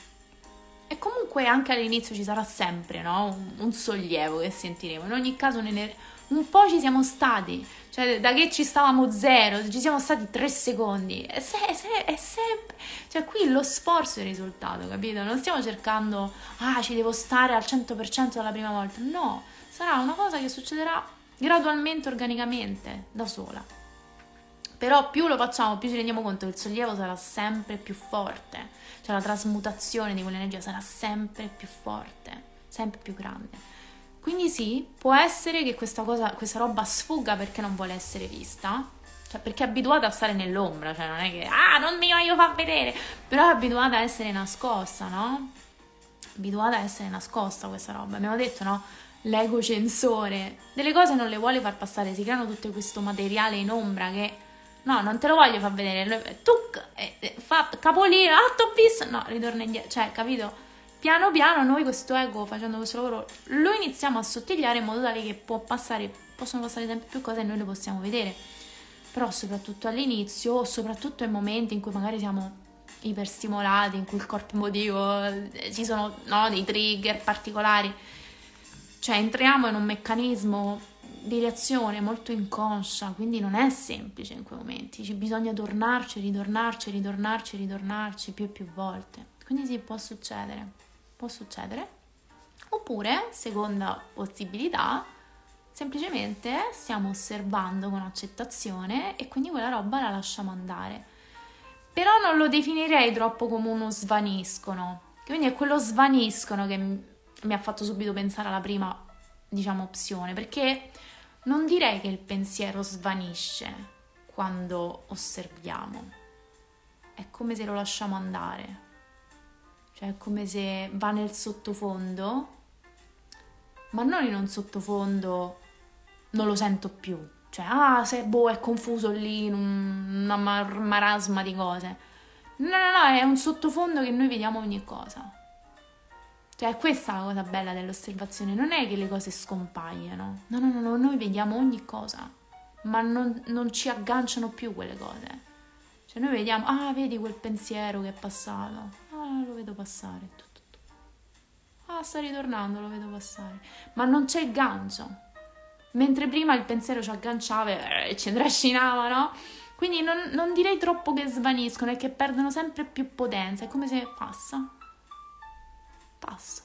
e comunque anche all'inizio ci sarà sempre, no? Un, un sollievo che sentiremo. In ogni caso un, un po' ci siamo stati, cioè da che ci stavamo zero, ci siamo stati tre secondi. È, se, se, è sempre, cioè qui lo sforzo è il risultato, capito? Non stiamo cercando, ah, ci devo stare al cento per cento dalla prima volta. No, sarà una cosa che succederà gradualmente, organicamente, da sola. Però più lo facciamo, più ci rendiamo conto che il sollievo sarà sempre più forte. Cioè la trasmutazione di quell'energia sarà sempre più forte, sempre più grande. Quindi sì, può essere che questa cosa, questa roba sfugga perché non vuole essere vista, cioè perché è abituata a stare nell'ombra, cioè non è che ah, non mi voglio far vedere, però è abituata a essere nascosta, no? Abituata a essere nascosta questa roba. Abbiamo detto, no? L'ego censore delle cose non le vuole far passare, si creano tutto questo materiale in ombra che no, non te lo voglio far vedere, tuc, eh, eh, fa capolino, ah, t'ho visto, no, ritorna indietro, cioè, capito? Piano piano noi questo ego, facendo questo lavoro, lo iniziamo a sottigliare in modo tale che può passare, possono passare sempre più cose e noi le possiamo vedere. Però soprattutto all'inizio, o soprattutto in momenti in cui magari siamo iperstimolati, in cui il corpo emotivo, eh, ci sono, no, dei trigger particolari, cioè entriamo in un meccanismo di reazione molto inconscia, quindi non è semplice in quei momenti, ci bisogna tornarci, ritornarci, ritornarci, ritornarci più e più volte. Quindi sì, può succedere, può succedere. Oppure, seconda possibilità, semplicemente stiamo osservando con accettazione e quindi quella roba la lasciamo andare. Però non lo definirei troppo come uno svaniscono, quindi è quello svaniscono che mi ha fatto subito pensare alla prima, diciamo, opzione, perché non direi che il pensiero svanisce quando osserviamo, è come se lo lasciamo andare, cioè è come se va nel sottofondo, ma non in un sottofondo non lo sento più, cioè ah, se boh, è confuso lì in un, una mar- marasma di cose. No, no, no, è un sottofondo che noi vediamo ogni cosa. Cioè, questa è la cosa bella dell'osservazione, non è che le cose scompaiono, no, no, no, no, noi vediamo ogni cosa, ma non, non ci agganciano più quelle cose. Cioè, noi vediamo, ah, vedi quel pensiero che è passato, ah, lo vedo passare, tu, tu, tu. Ah, sta ritornando, lo vedo passare, ma non c'è il gancio, mentre prima il pensiero ci agganciava e ci trascinava, no? Quindi non, non direi troppo che svaniscono e che perdono sempre più potenza, è come se passa. Passa.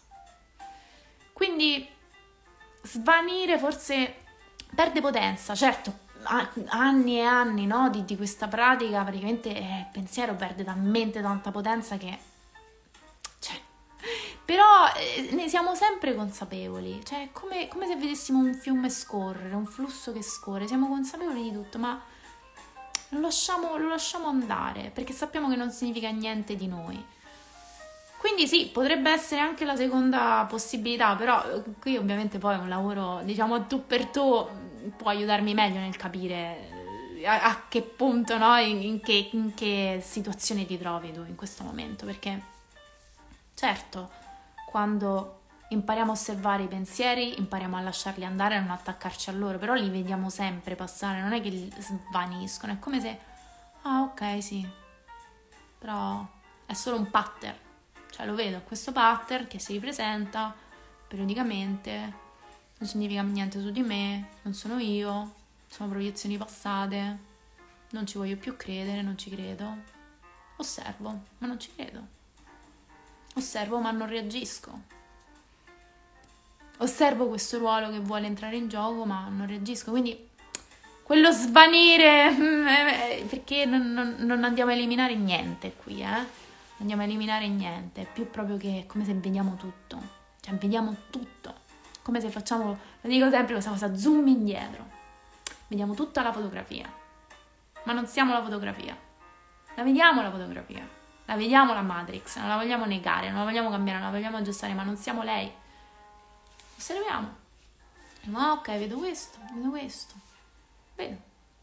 Quindi svanire forse perde potenza, certo, anni e anni, no, di, di questa pratica, praticamente eh, il pensiero perde talmente tanta potenza che, cioè, però eh, ne siamo sempre consapevoli, cioè è come, come se vedessimo un fiume scorrere, un flusso che scorre, siamo consapevoli di tutto, ma lo lasciamo, lo lasciamo andare, perché sappiamo che non significa niente di noi. Quindi sì, potrebbe essere anche la seconda possibilità, però qui ovviamente poi è un lavoro, diciamo, tu per tu, può aiutarmi meglio nel capire a, a che punto, no? In, in, che, in che situazione ti trovi tu in questo momento, perché certo, quando impariamo a osservare i pensieri, impariamo a lasciarli andare, a non attaccarci a loro, però li vediamo sempre passare, non è che svaniscono, è come se, ah ok sì, però è solo un pattern. Cioè lo vedo, questo pattern che si ripresenta periodicamente, non significa niente su di me, non sono io, sono proiezioni passate, non ci voglio più credere, non ci credo. Osservo, ma non ci credo. Osservo, ma non reagisco. Osservo questo ruolo che vuole entrare in gioco, ma non reagisco. Quindi quello svanire, perché non, non, non andiamo a eliminare niente qui, eh? Andiamo a eliminare niente, è più proprio che è come se vediamo tutto, cioè vediamo tutto, come se facciamo, lo dico sempre questa cosa, zoom indietro, vediamo tutta la fotografia, ma non siamo la fotografia, la vediamo la fotografia, la vediamo la Matrix, non la vogliamo negare, non la vogliamo cambiare, non la vogliamo aggiustare, ma non siamo lei, osserviamo, ma ok, vedo questo, vedo questo, vedo.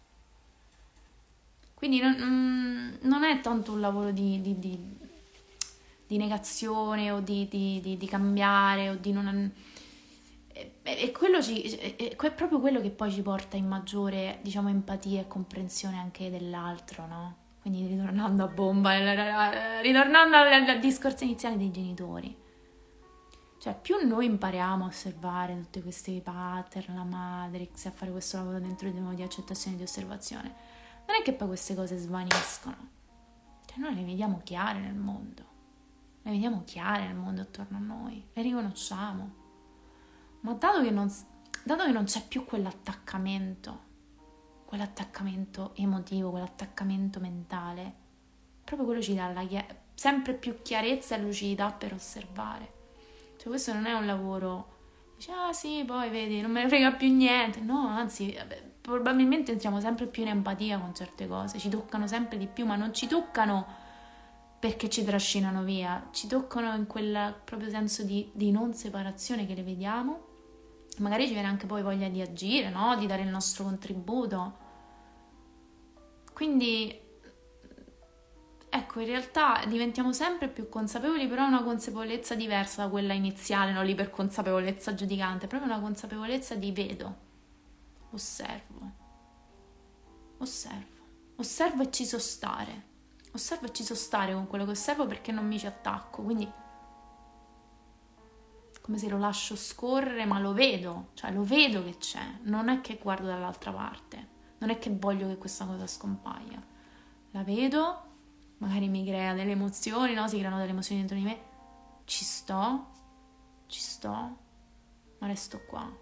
Quindi non, non è tanto un lavoro di, di, di, di negazione o di, di, di, di cambiare o di non... È, è, quello ci, è, è proprio quello che poi ci porta in maggiore, diciamo, empatia e comprensione anche dell'altro, no? Quindi ritornando a bomba, ritornando al, al discorso iniziale dei genitori. Cioè, più noi impariamo a osservare tutti questi pattern, la Matrix, a fare questo lavoro dentro di noi di accettazione e di osservazione, non è che poi queste cose svaniscono, cioè noi le vediamo chiare nel mondo, le vediamo chiare nel mondo attorno a noi, le riconosciamo, ma dato che non, dato che non c'è più quell'attaccamento, quell'attaccamento emotivo, quell'attaccamento mentale, proprio quello ci dà la chia- sempre più chiarezza e lucidità per osservare. Cioè questo non è un lavoro, dici ah sì, poi vedi, non me ne frega più niente, no, anzi... Vabbè, probabilmente entriamo sempre più in empatia con certe cose, ci toccano sempre di più, ma non ci toccano perché ci trascinano via, ci toccano in quel proprio senso di, di non separazione che le vediamo, magari ci viene anche poi voglia di agire, no? Di dare il nostro contributo. Quindi, ecco, in realtà diventiamo sempre più consapevoli, però è una consapevolezza diversa da quella iniziale, non l'iperconsapevolezza giudicante, è proprio una consapevolezza di vedo. Osservo, osservo, osservo e ci so stare, osservo e ci so stare con quello che osservo perché non mi ci attacco, quindi come se lo lascio scorrere ma lo vedo, cioè lo vedo che c'è, non è che guardo dall'altra parte, non è che voglio che questa cosa scompaia, la vedo, magari mi crea delle emozioni, no? Si creano delle emozioni dentro di me, ci sto, ci sto, ma resto qua.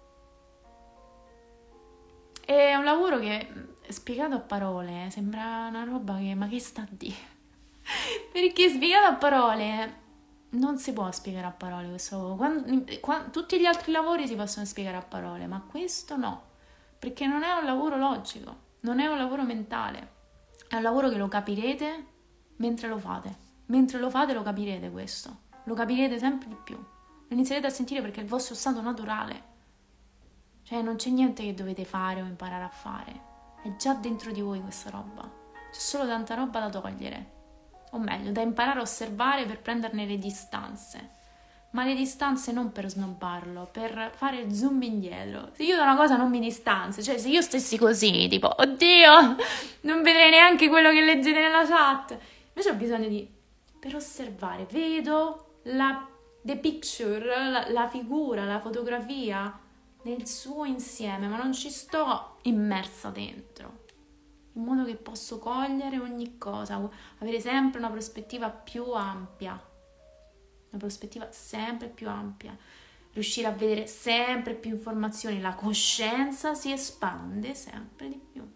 È un lavoro che, spiegato a parole, sembra una roba che, ma che sta a dire? Perché spiegato a parole non si può spiegare a parole questo. Quando, quando, tutti gli altri lavori si possono spiegare a parole, ma questo no, perché non è un lavoro logico, non è un lavoro mentale, è un lavoro che lo capirete mentre lo fate. Mentre lo fate lo capirete questo, lo capirete sempre di più, lo inizierete a sentire perché è il vostro stato naturale. Cioè non c'è niente che dovete fare o imparare a fare, è già dentro di voi questa roba, c'è solo tanta roba da togliere, o meglio, da imparare a osservare per prenderne le distanze, ma le distanze non per snobbarlo, per fare il zoom indietro. Se io da una cosa non mi distanzio, cioè se io stessi così, tipo, oddio, non vedrei neanche quello che leggete nella chat, invece ho bisogno di, per osservare, vedo la the picture, la, la figura, la fotografia, nel suo insieme, ma non ci sto immersa dentro, in modo che posso cogliere ogni cosa, avere sempre una prospettiva più ampia, una prospettiva sempre più ampia, riuscire a vedere sempre più informazioni, la coscienza si espande sempre di più.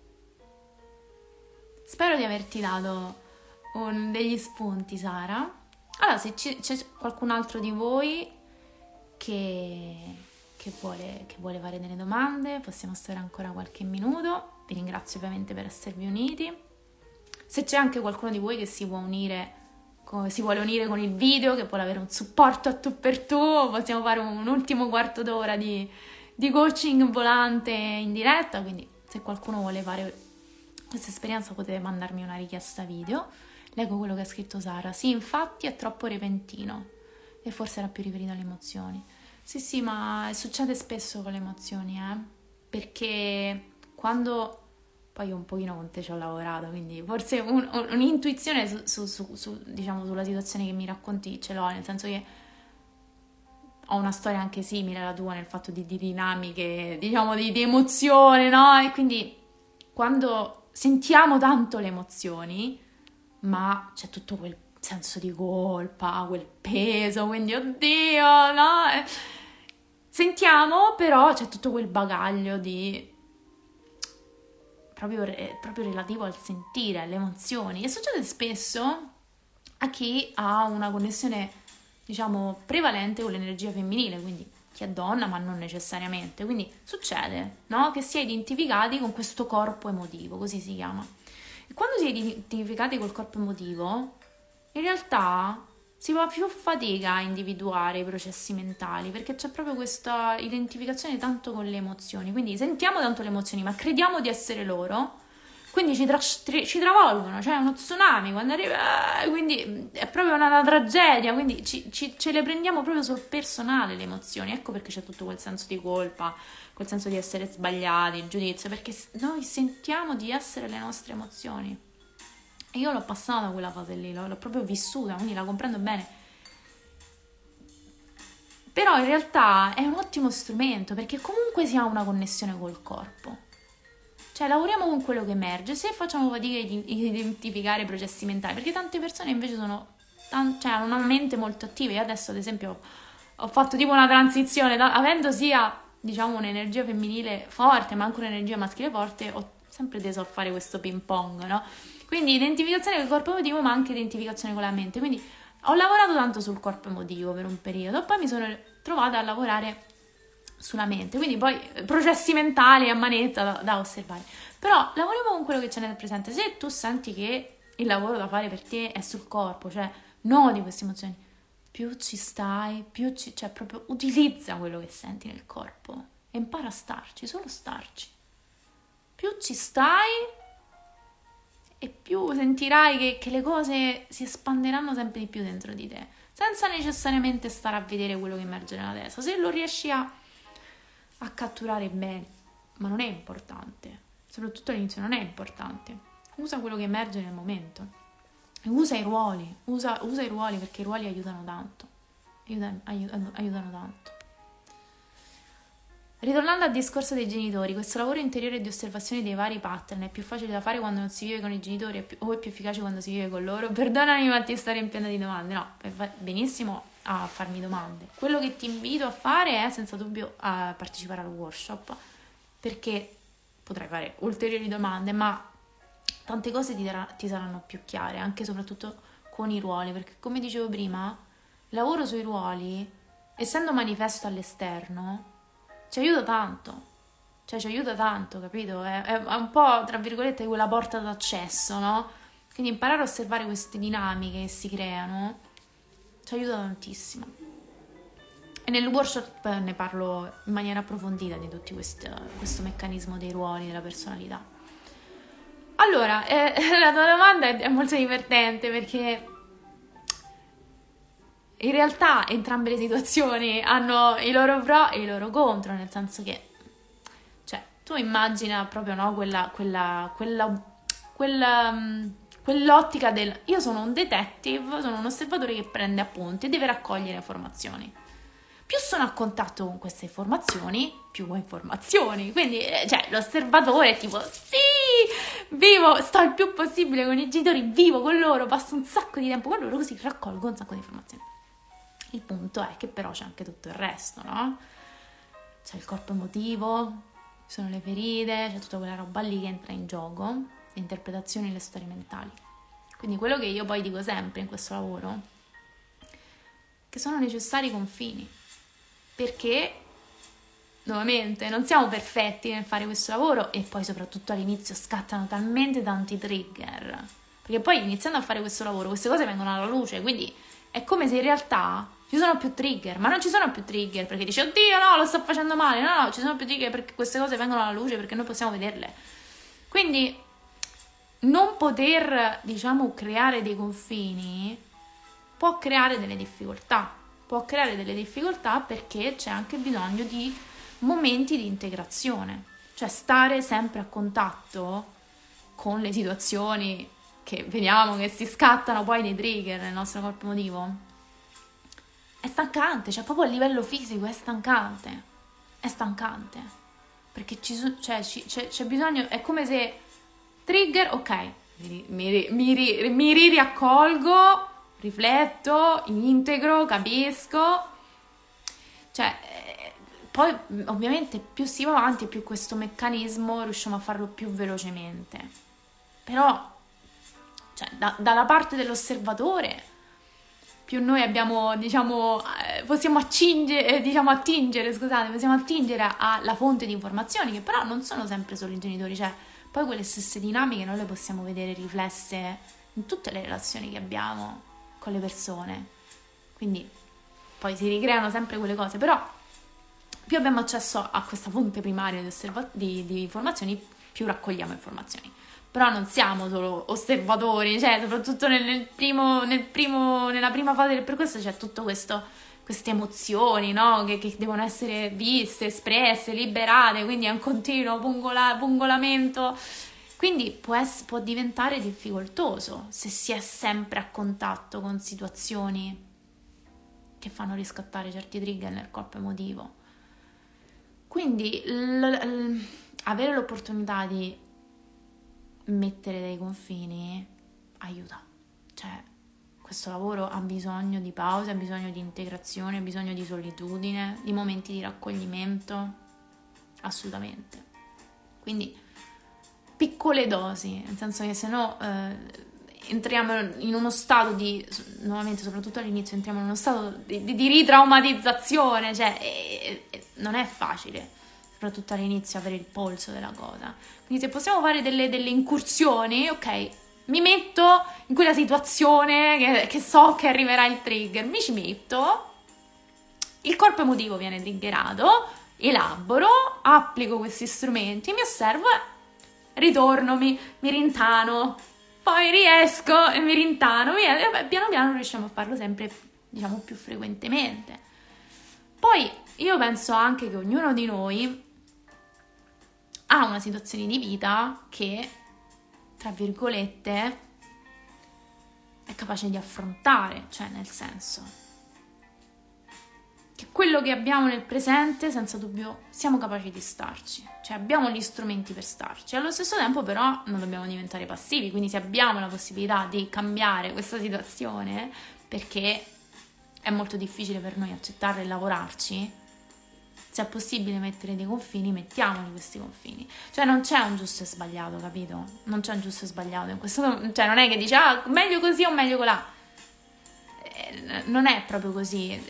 Spero di averti dato un, degli spunti, Sara. Allora, se c'è, c'è qualcun altro di voi che... Che vuole, che vuole fare delle domande, possiamo stare ancora qualche minuto. Vi ringrazio ovviamente per esservi uniti. Se c'è anche qualcuno di voi che si vuole unire si vuole unire con il video, che vuole avere un supporto a tu per tu, possiamo fare un ultimo quarto d'ora di, di coaching volante in diretta, quindi se qualcuno vuole fare questa esperienza potete mandarmi una richiesta video. Leggo quello che ha scritto Sara. Sì, infatti è troppo repentino, e forse era più riferito alle emozioni. Sì, sì, ma succede spesso con le emozioni, eh? Perché quando... Poi io un pochino con te ci ho lavorato, quindi forse un, un, un'intuizione su, su, su, su, diciamo, sulla situazione che mi racconti ce l'ho, nel senso che ho una storia anche simile alla tua nel fatto di, di dinamiche, diciamo, di, di emozione, no? E quindi quando sentiamo tanto le emozioni, ma c'è tutto quel senso di colpa, quel peso, quindi oddio, no? Sentiamo, però c'è tutto quel bagaglio di... Proprio, proprio relativo al sentire, alle emozioni. E succede spesso a chi ha una connessione, diciamo, prevalente con l'energia femminile, quindi chi è donna, ma non necessariamente. Quindi succede, no? Che si è identificati con questo corpo emotivo, così si chiama. E quando si è identificati col corpo emotivo, in realtà si fa più fatica a individuare i processi mentali, perché c'è proprio questa identificazione tanto con le emozioni, quindi sentiamo tanto le emozioni ma crediamo di essere loro, quindi ci, tra- ci travolgono, cioè è uno tsunami quando arriva, eh, quindi è proprio una, una tragedia, quindi ci, ci, ce le prendiamo proprio sul personale le emozioni. Ecco perché c'è tutto quel senso di colpa, quel senso di essere sbagliati, il giudizio, perché noi sentiamo di essere le nostre emozioni. E io l'ho passata quella fase lì, l'ho, l'ho proprio vissuta, quindi la comprendo bene. Però in realtà è un ottimo strumento, perché comunque si ha una connessione col corpo. Cioè lavoriamo con quello che emerge. Se facciamo fatica di identificare i processi mentali, perché tante persone invece sono, tan- cioè hanno una mente molto attiva. Io adesso ad esempio ho fatto tipo una transizione, da, avendo sia, diciamo, un'energia femminile forte ma anche un'energia maschile forte, ho sempre teso a fare questo ping pong, no? Quindi identificazione col corpo emotivo ma anche identificazione con la mente. Quindi ho lavorato tanto sul corpo emotivo per un periodo, poi mi sono trovata a lavorare sulla mente, quindi poi processi mentali a manetta da, da osservare. Però lavoriamo con quello che c'è nel presente. Se tu senti che il lavoro da fare per te è sul corpo, cioè noti queste emozioni, più ci stai, più ci, cioè proprio utilizza quello che senti nel corpo e impara a starci, solo starci. Più ci stai e più sentirai che, che le cose si espanderanno sempre di più dentro di te, senza necessariamente stare a vedere quello che emerge nella testa. Se lo riesci a, a catturare bene, ma non è importante, soprattutto all'inizio non è importante, usa quello che emerge nel momento e usa i ruoli, usa, usa i ruoli perché i ruoli aiutano tanto, aiutano, aiutano, aiutano tanto. Ritornando al discorso dei genitori, questo lavoro interiore di osservazione dei vari pattern è più facile da fare quando non si vive con i genitori o è più efficace quando si vive con loro? Perdonami ma ti sto riempiendo di domande. No, benissimo a farmi domande. Quello che ti invito a fare è senza dubbio a partecipare al workshop, perché potrai fare ulteriori domande, ma tante cose ti, darà, ti saranno più chiare, anche e soprattutto con i ruoli, perché come dicevo prima, lavoro sui ruoli, essendo manifesto all'esterno, ci aiuta tanto, cioè ci aiuta tanto, capito? È, è un po', tra virgolette, quella porta d'accesso, no? Quindi imparare a osservare queste dinamiche che si creano ci aiuta tantissimo. E nel workshop ne parlo in maniera approfondita di tutto questo, questo meccanismo dei ruoli, della personalità. Allora, eh, la tua domanda è, è molto divertente perché in realtà entrambe le situazioni hanno i loro pro e i loro contro, nel senso che, cioè, tu immagina proprio, no, quella, quella, quella, quella, um, quell'ottica del io sono un detective, sono un osservatore che prende appunti e deve raccogliere informazioni. Più sono a contatto con queste informazioni, più ho informazioni. Quindi, cioè, l'osservatore è tipo, sì, vivo, sto il più possibile con i genitori, vivo con loro, passo un sacco di tempo con loro, così raccolgo un sacco di informazioni. Il punto è che però c'è anche tutto il resto, no? C'è il corpo emotivo, ci sono le ferite, c'è tutta quella roba lì che entra in gioco, le interpretazioni e le storie mentali. Quindi quello che io poi dico sempre in questo lavoro, che sono necessari i confini, perché nuovamente non siamo perfetti nel fare questo lavoro e poi soprattutto all'inizio scattano talmente tanti trigger, perché poi iniziando a fare questo lavoro queste cose vengono alla luce, quindi è come se in realtà ci sono più trigger, ma non ci sono più trigger perché dici oddio no, lo sto facendo male, no no, ci sono più trigger perché queste cose vengono alla luce, perché noi possiamo vederle. Quindi non poter, diciamo, creare dei confini può creare delle difficoltà, può creare delle difficoltà perché c'è anche bisogno di momenti di integrazione, cioè stare sempre a contatto con le situazioni che vediamo che si scattano poi dei trigger nel nostro corpo emotivo. È stancante, cioè proprio a livello fisico è stancante, è stancante, perché ci so, cioè, ci, c'è, c'è bisogno, è come se trigger, ok, mi, mi, mi, mi riaccolgo, rifletto, integro, capisco, cioè poi ovviamente più si va avanti e più questo meccanismo riusciamo a farlo più velocemente, però cioè, da, dalla parte dell'osservatore più noi abbiamo, diciamo, eh, possiamo accingere, diciamo attingere, scusate, possiamo attingere alla fonte di informazioni che però non sono sempre solo i genitori, cioè poi quelle stesse dinamiche noi le possiamo vedere riflesse in tutte le relazioni che abbiamo con le persone, quindi poi si ricreano sempre quelle cose, però più abbiamo accesso a questa fonte primaria di, osserva- di, di informazioni, più raccogliamo informazioni. Però non siamo solo osservatori, cioè soprattutto nel, nel primo, nel primo, nella prima fase del percorso c'è tutto questo, queste emozioni, no? Che, che devono essere viste, espresse, liberate, quindi è un continuo pungola, pungolamento. Quindi può, ess- può diventare difficoltoso se si è sempre a contatto con situazioni che fanno riscattare certi trigger nel corpo emotivo. Quindi l- l- avere l'opportunità di mettere dei confini aiuta, cioè questo lavoro ha bisogno di pause, ha bisogno di integrazione, ha bisogno di solitudine, di momenti di raccoglimento, assolutamente. Quindi piccole dosi, nel senso che se no eh, entriamo in uno stato di, nuovamente soprattutto all'inizio, entriamo in uno stato di, di, di ritraumatizzazione, cioè e, e, non è facile, soprattutto all'inizio, avere il polso della cosa. Quindi se possiamo fare delle, delle incursioni, ok, mi metto in quella situazione che, che so che arriverà il trigger, mi ci metto, il corpo emotivo viene triggerato, elaboro, applico questi strumenti, mi osservo e ritorno, mi, mi rintano, poi riesco e mi rintano, mi, e beh, piano piano riusciamo a farlo sempre, diciamo, più frequentemente. Poi io penso anche che ognuno di noi ha una situazione di vita che, tra virgolette, è capace di affrontare, cioè nel senso che quello che abbiamo nel presente, senza dubbio, siamo capaci di starci, cioè abbiamo gli strumenti per starci. Allo stesso tempo però non dobbiamo diventare passivi, quindi se abbiamo la possibilità di cambiare questa situazione, perché è molto difficile per noi accettarla e lavorarci, se è possibile mettere dei confini, mettiamoli questi confini. Cioè non c'è un giusto e sbagliato, capito? Non c'è un giusto e sbagliato. In questo, cioè non è che dici, ah, meglio così o meglio colà. Eh, non è proprio così.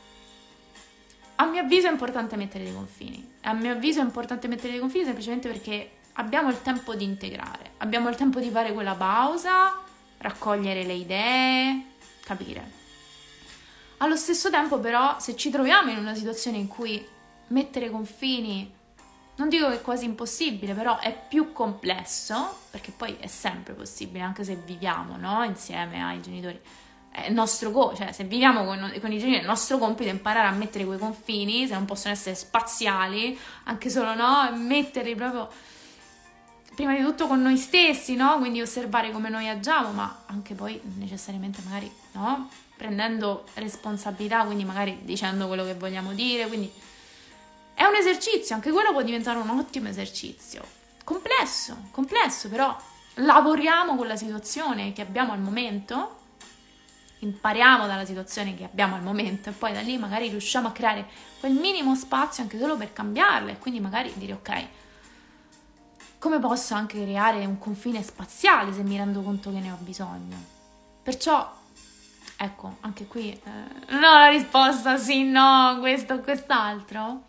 A mio avviso è importante mettere dei confini. A mio avviso è importante mettere dei confini semplicemente perché abbiamo il tempo di integrare. Abbiamo il tempo di fare quella pausa, raccogliere le idee, capire. Allo stesso tempo però, se ci troviamo in una situazione in cui mettere confini, non dico che è quasi impossibile, però è più complesso, perché poi è sempre possibile, anche se viviamo, no? Insieme ai genitori. È il nostro co- cioè se viviamo con, con i genitori, è il nostro compito imparare a mettere quei confini, se non possono essere spaziali, anche solo, no? Metterli proprio prima di tutto con noi stessi, no? Quindi osservare come noi agiamo, ma anche poi necessariamente magari, no? Prendendo responsabilità, quindi magari dicendo quello che vogliamo dire, quindi è un esercizio, anche quello può diventare un ottimo esercizio, complesso, complesso, però lavoriamo con la situazione che abbiamo al momento, impariamo dalla situazione che abbiamo al momento e poi da lì magari riusciamo a creare quel minimo spazio anche solo per cambiarle e quindi magari dire ok, come posso anche creare un confine spaziale se mi rendo conto che ne ho bisogno. Perciò ecco, anche qui eh, non ho la risposta sì, no, questo o quest'altro.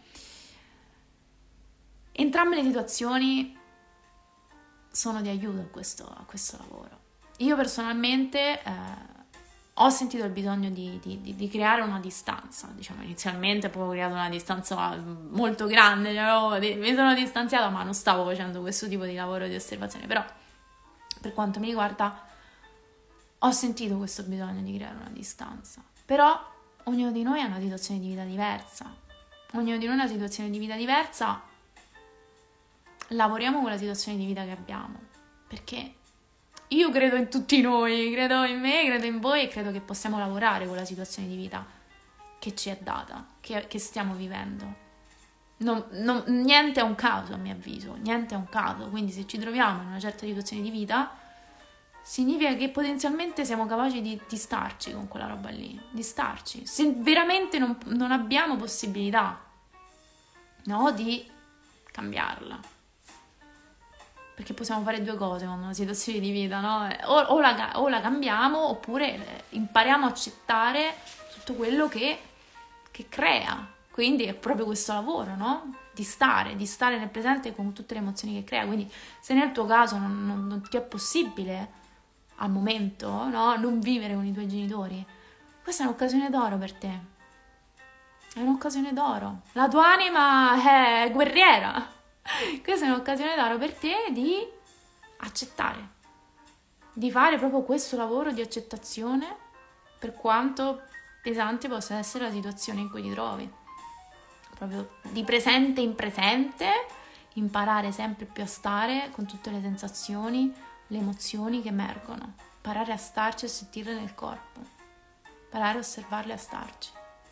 Entrambe le situazioni sono di aiuto a questo, a questo lavoro. io personalmente eh, ho sentito il bisogno di, di, di, di creare una distanza, diciamo inizialmente poi ho creato una distanza molto grande, cioè, mi sono distanziata ma non stavo facendo questo tipo di lavoro di osservazione, però per quanto mi riguarda ho sentito questo bisogno di creare una distanza, però ognuno di noi ha una situazione di vita diversa, ognuno di noi ha una situazione di vita diversa, lavoriamo con la situazione di vita che abbiamo, perché io credo in tutti noi, credo in me, credo in voi e credo che possiamo lavorare con la situazione di vita che ci è data, che, che stiamo vivendo. Non, non, niente è un caso a mio avviso, niente è un caso, quindi se ci troviamo in una certa situazione di vita significa che potenzialmente siamo capaci di, di starci con quella roba lì, di starci, se veramente non, non abbiamo possibilità, no, di cambiarla. Perché possiamo fare due cose con una situazione di vita, no? O, o, la, o la cambiamo oppure impariamo a accettare tutto quello che, che crea. Quindi è proprio questo lavoro, no? Di stare, di stare nel presente con tutte le emozioni che crea. Quindi se nel tuo caso non, non, non ti è possibile al momento, no? Non vivere con i tuoi genitori, questa è un'occasione d'oro per te. È un'occasione d'oro. La tua anima è guerriera. Questa è un'occasione d'oro per te di accettare, di fare proprio questo lavoro di accettazione per quanto pesante possa essere la situazione in cui ti trovi, proprio di presente in presente, imparare sempre più a stare con tutte le sensazioni, le emozioni che emergono, imparare a starci e sentirle nel corpo, imparare a osservarle e a starci.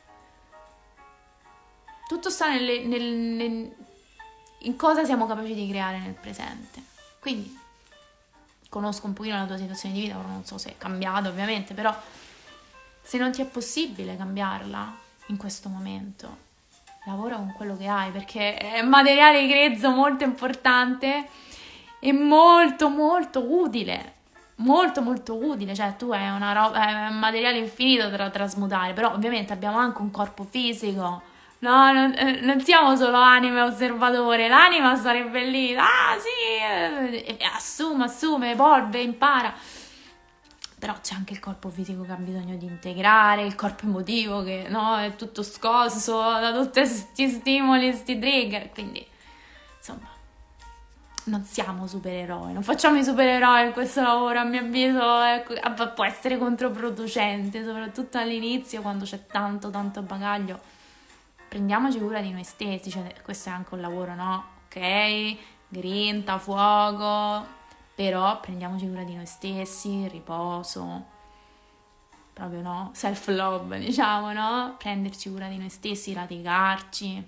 Tutto sta nelle, nel, nel in cosa siamo capaci di creare nel presente. Quindi conosco un pochino la tua situazione di vita, ora non so se è cambiata ovviamente, però se non ti è possibile cambiarla in questo momento, lavora con quello che hai, perché è un materiale grezzo molto importante e molto molto utile, molto molto utile, cioè tu hai una roba, è un materiale infinito da trasmutare, però ovviamente abbiamo anche un corpo fisico. No, non, eh, non siamo solo anime osservatore, l'anima sarebbe lì, ah sì, eh, assume, assume, evolve, impara. Però c'è anche il corpo fisico che ha bisogno di integrare, il corpo emotivo che no, è tutto scosso da tutti questi stimoli, questi trigger, quindi insomma non siamo supereroi, non facciamo i supereroi in questo lavoro, a mio avviso è, può essere controproducente, soprattutto all'inizio quando c'è tanto tanto bagaglio. Prendiamoci cura di noi stessi, cioè questo è anche un lavoro, no? Ok, grinta, fuoco, però prendiamoci cura di noi stessi, riposo, proprio no? Self-love, diciamo, no? Prenderci cura di noi stessi, latigarci.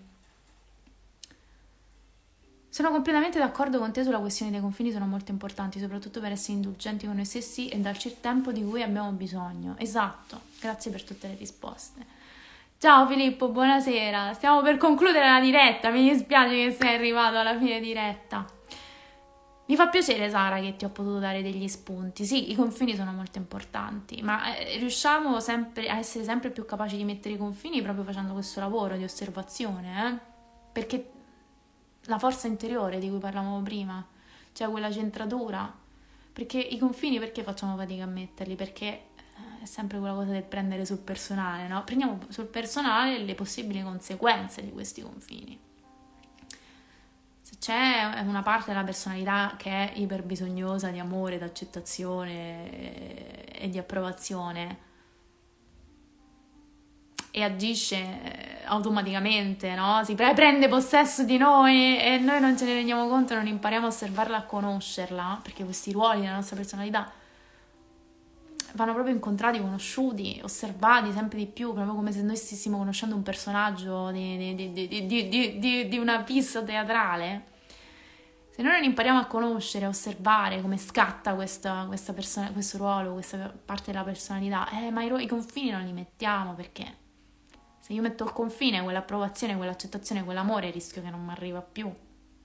Sono completamente d'accordo con te sulla questione dei confini, sono molto importanti, soprattutto per essere indulgenti con noi stessi e darci il tempo di cui abbiamo bisogno. Esatto, grazie per tutte le risposte. Ciao Filippo, buonasera. Stiamo per concludere la diretta, mi dispiace che sei arrivato alla fine diretta. Mi fa piacere Sara che ti ho potuto dare degli spunti. Sì, i confini sono molto importanti, ma eh, riusciamo sempre a essere sempre più capaci di mettere i confini proprio facendo questo lavoro di osservazione, eh? Perché la forza interiore di cui parlavamo prima, cioè quella centratura, perché i confini perché facciamo fatica a metterli? Perché è sempre quella cosa del prendere sul personale, no? Prendiamo sul personale le possibili conseguenze di questi confini. Se c'è una parte della personalità che è iperbisognosa di amore, di accettazione e di approvazione e agisce automaticamente, no? Si prende possesso di noi e noi non ce ne rendiamo conto, non impariamo a osservarla, a conoscerla, perché questi ruoli della nostra personalità vanno proprio incontrati, conosciuti, osservati sempre di più, proprio come se noi stessimo conoscendo un personaggio di, di, di, di, di, di, di una pièce teatrale. Se noi non impariamo a conoscere, a osservare come scatta questa, questa persona, questo ruolo, questa parte della personalità, eh, ma i, i confini non li mettiamo, perché se io metto il confine, quell'approvazione, quell'accettazione, quell'amore, rischio che non mi arriva più.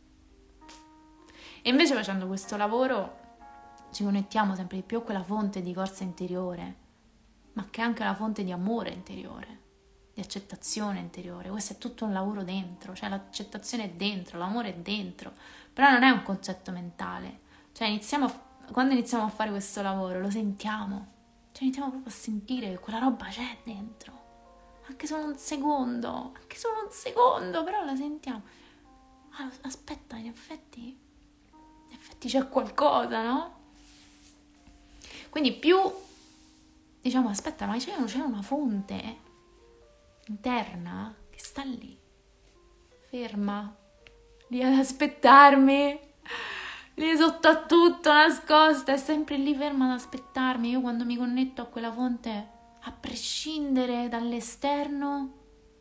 E invece facendo questo lavoro ci connettiamo sempre di più a quella fonte di forza interiore, ma che è anche la fonte di amore interiore, di accettazione interiore. Questo è tutto un lavoro dentro, cioè l'accettazione è dentro, l'amore è dentro, però non è un concetto mentale. Cioè iniziamo quando iniziamo a fare questo lavoro lo sentiamo, cioè iniziamo proprio a sentire che quella roba c'è dentro, anche solo un secondo, anche solo un secondo, però la sentiamo. Ah, aspetta, in effetti, in effetti c'è qualcosa, no? Quindi più diciamo, aspetta, ma c'è, c'è una fonte interna che sta lì, ferma, lì ad aspettarmi, lì sotto a tutto, nascosta, è sempre lì ferma ad aspettarmi. Io quando mi connetto a quella fonte, a prescindere dall'esterno,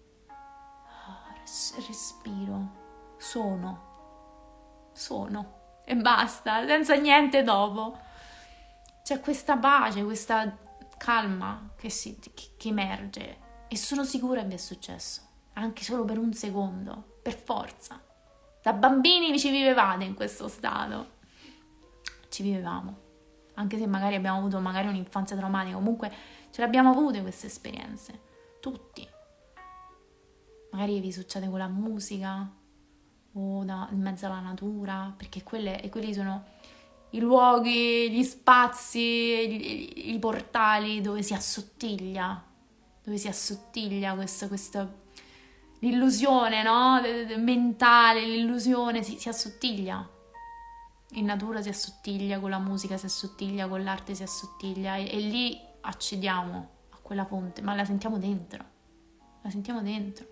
respiro, sono, sono e basta, senza niente dopo. C'è questa pace, questa calma che, si, che, che emerge, e sono sicura che vi è successo, anche solo per un secondo, per forza. Da bambini ci vivevate in questo stato, ci vivevamo, anche se magari abbiamo avuto magari un'infanzia traumatica, comunque ce l'abbiamo avute queste esperienze, tutti. Magari vi succede con la musica o da, in mezzo alla natura, perché quelle, e quelli sono i luoghi, gli spazi, i, i portali dove si assottiglia, dove si assottiglia questa, questa l'illusione, no? Mentale, l'illusione si, si assottiglia. In natura si assottiglia, con la musica si assottiglia, con l'arte si assottiglia, e, e lì accediamo a quella fonte, ma la sentiamo dentro, la sentiamo dentro.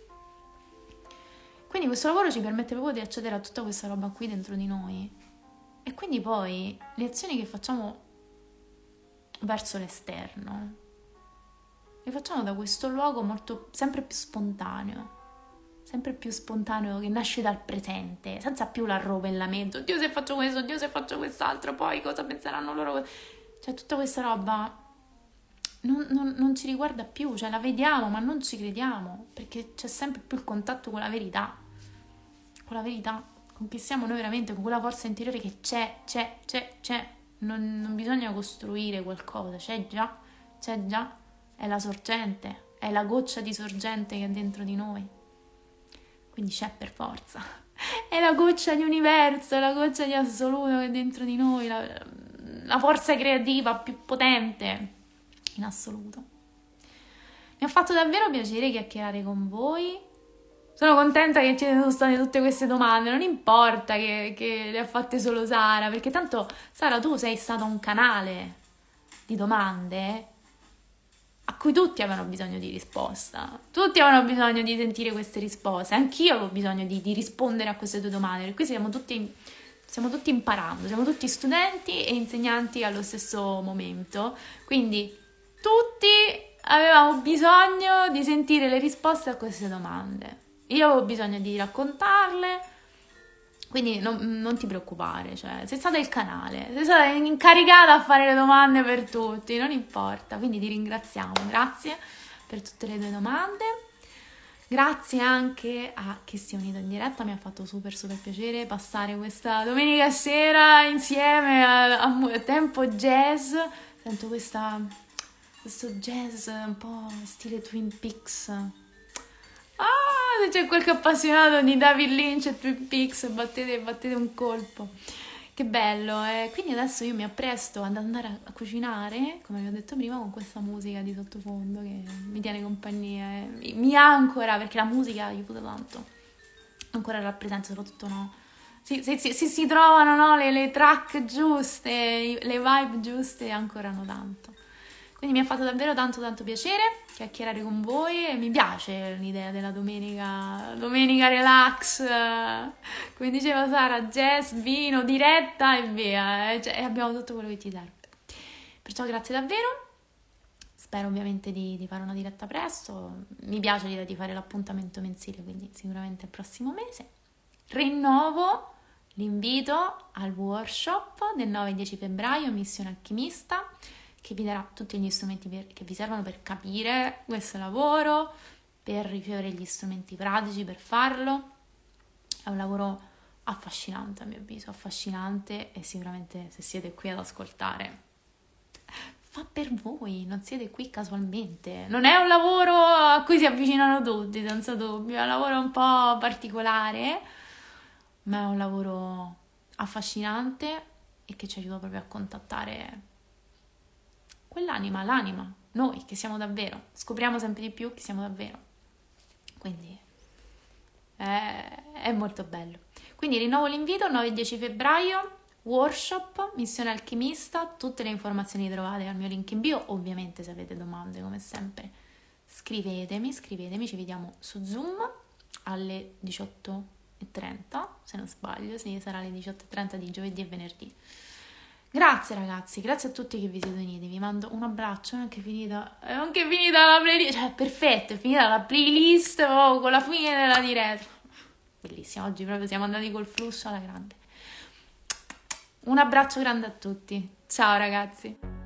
Quindi questo lavoro ci permette proprio di accedere a tutta questa roba qui dentro di noi. E quindi poi le azioni che facciamo verso l'esterno le facciamo da questo luogo molto, sempre più spontaneo, sempre più spontaneo, che nasce dal presente, senza più l'arrovellamento. Oddio, se faccio questo, oddio, se faccio quest'altro, poi cosa penseranno loro? Cioè tutta questa roba non, non, non ci riguarda più, cioè la vediamo ma non ci crediamo, perché c'è sempre più il contatto con la verità, con la verità. Conquistiamo noi veramente con quella forza interiore che c'è, c'è, c'è, c'è. Non, non bisogna costruire qualcosa, c'è già, c'è già. È la sorgente, è la goccia di sorgente che è dentro di noi. Quindi c'è per forza. È la goccia di universo, è la goccia di assoluto che è dentro di noi, la, la forza creativa più potente in assoluto. Mi ha fatto davvero piacere chiacchierare con voi. Sono contenta che ci sono state tutte queste domande, non importa che, che le ha fatte solo Sara, perché tanto Sara, tu sei stata un canale di domande a cui tutti avevano bisogno di risposta, tutti avevano bisogno di sentire queste risposte, anch'io avevo bisogno di, di rispondere a queste tue domande, perché qui siamo tutti, stiamo tutti imparando, siamo tutti studenti e insegnanti allo stesso momento, quindi tutti avevamo bisogno di sentire le risposte a queste domande. Io avevo bisogno di raccontarle, quindi non, non ti preoccupare, cioè sei stata il canale, sei stata incaricata a fare le domande per tutti, non importa, quindi ti ringraziamo, grazie per tutte le tue domande, grazie anche a chi si è unito in diretta, mi ha fatto super super piacere passare questa domenica sera insieme a, a tempo jazz, sento questa, questo jazz un po' stile Twin Peaks. Ah, se c'è qualche appassionato di David Lynch e Twin Peaks, battete, battete un colpo. Che bello, eh? Quindi adesso io mi appresto ad andare a, a cucinare, come vi ho detto prima, con questa musica di sottofondo che mi tiene compagnia, eh? mi, mi ancora, perché la musica aiuta tanto, ancora rappresenta, soprattutto no? Si, si, si, si trovano, no? le, le track giuste, le vibe giuste, ancorano tanto. Quindi mi ha fatto davvero tanto tanto piacere chiacchierare con voi e mi piace l'idea della domenica, domenica relax, come diceva Sara, jazz, vino, diretta e via, e cioè, abbiamo tutto quello che ti serve. Perciò grazie davvero, spero ovviamente di, di fare una diretta presto, mi piace l'idea di fare l'appuntamento mensile, quindi sicuramente il prossimo mese. Rinnovo l'invito al workshop del nove e dieci febbraio, Missione Alchimista, che vi darà tutti gli strumenti per, che vi servono per capire questo lavoro, per ricevere gli strumenti pratici per farlo. È un lavoro affascinante, a mio avviso, affascinante, e sicuramente se siete qui ad ascoltare fa per voi, non siete qui casualmente. Non è un lavoro a cui si avvicinano tutti, senza dubbio, è un lavoro un po' particolare, ma è un lavoro affascinante e che ci aiuta proprio a contattare quell'anima, l'anima, noi che siamo davvero, scopriamo sempre di più chi siamo davvero, quindi è, è molto bello. Quindi rinnovo l'invito, nove e dieci febbraio, workshop, missione alchimista, tutte le informazioni trovate al mio link in bio, ovviamente se avete domande come sempre scrivetemi, scrivetemi, ci vediamo su Zoom alle diciotto e trenta, se non sbaglio, sì, sarà alle diciotto e trenta di giovedì e venerdì. Grazie ragazzi, grazie a tutti che vi siete uniti, vi mando un abbraccio, è anche finita, è anche finita la playlist, cioè perfetto, è finita la playlist oh, con la fine della diretta, bellissimo, oggi proprio siamo andati col flusso alla grande. Un abbraccio grande a tutti, ciao ragazzi.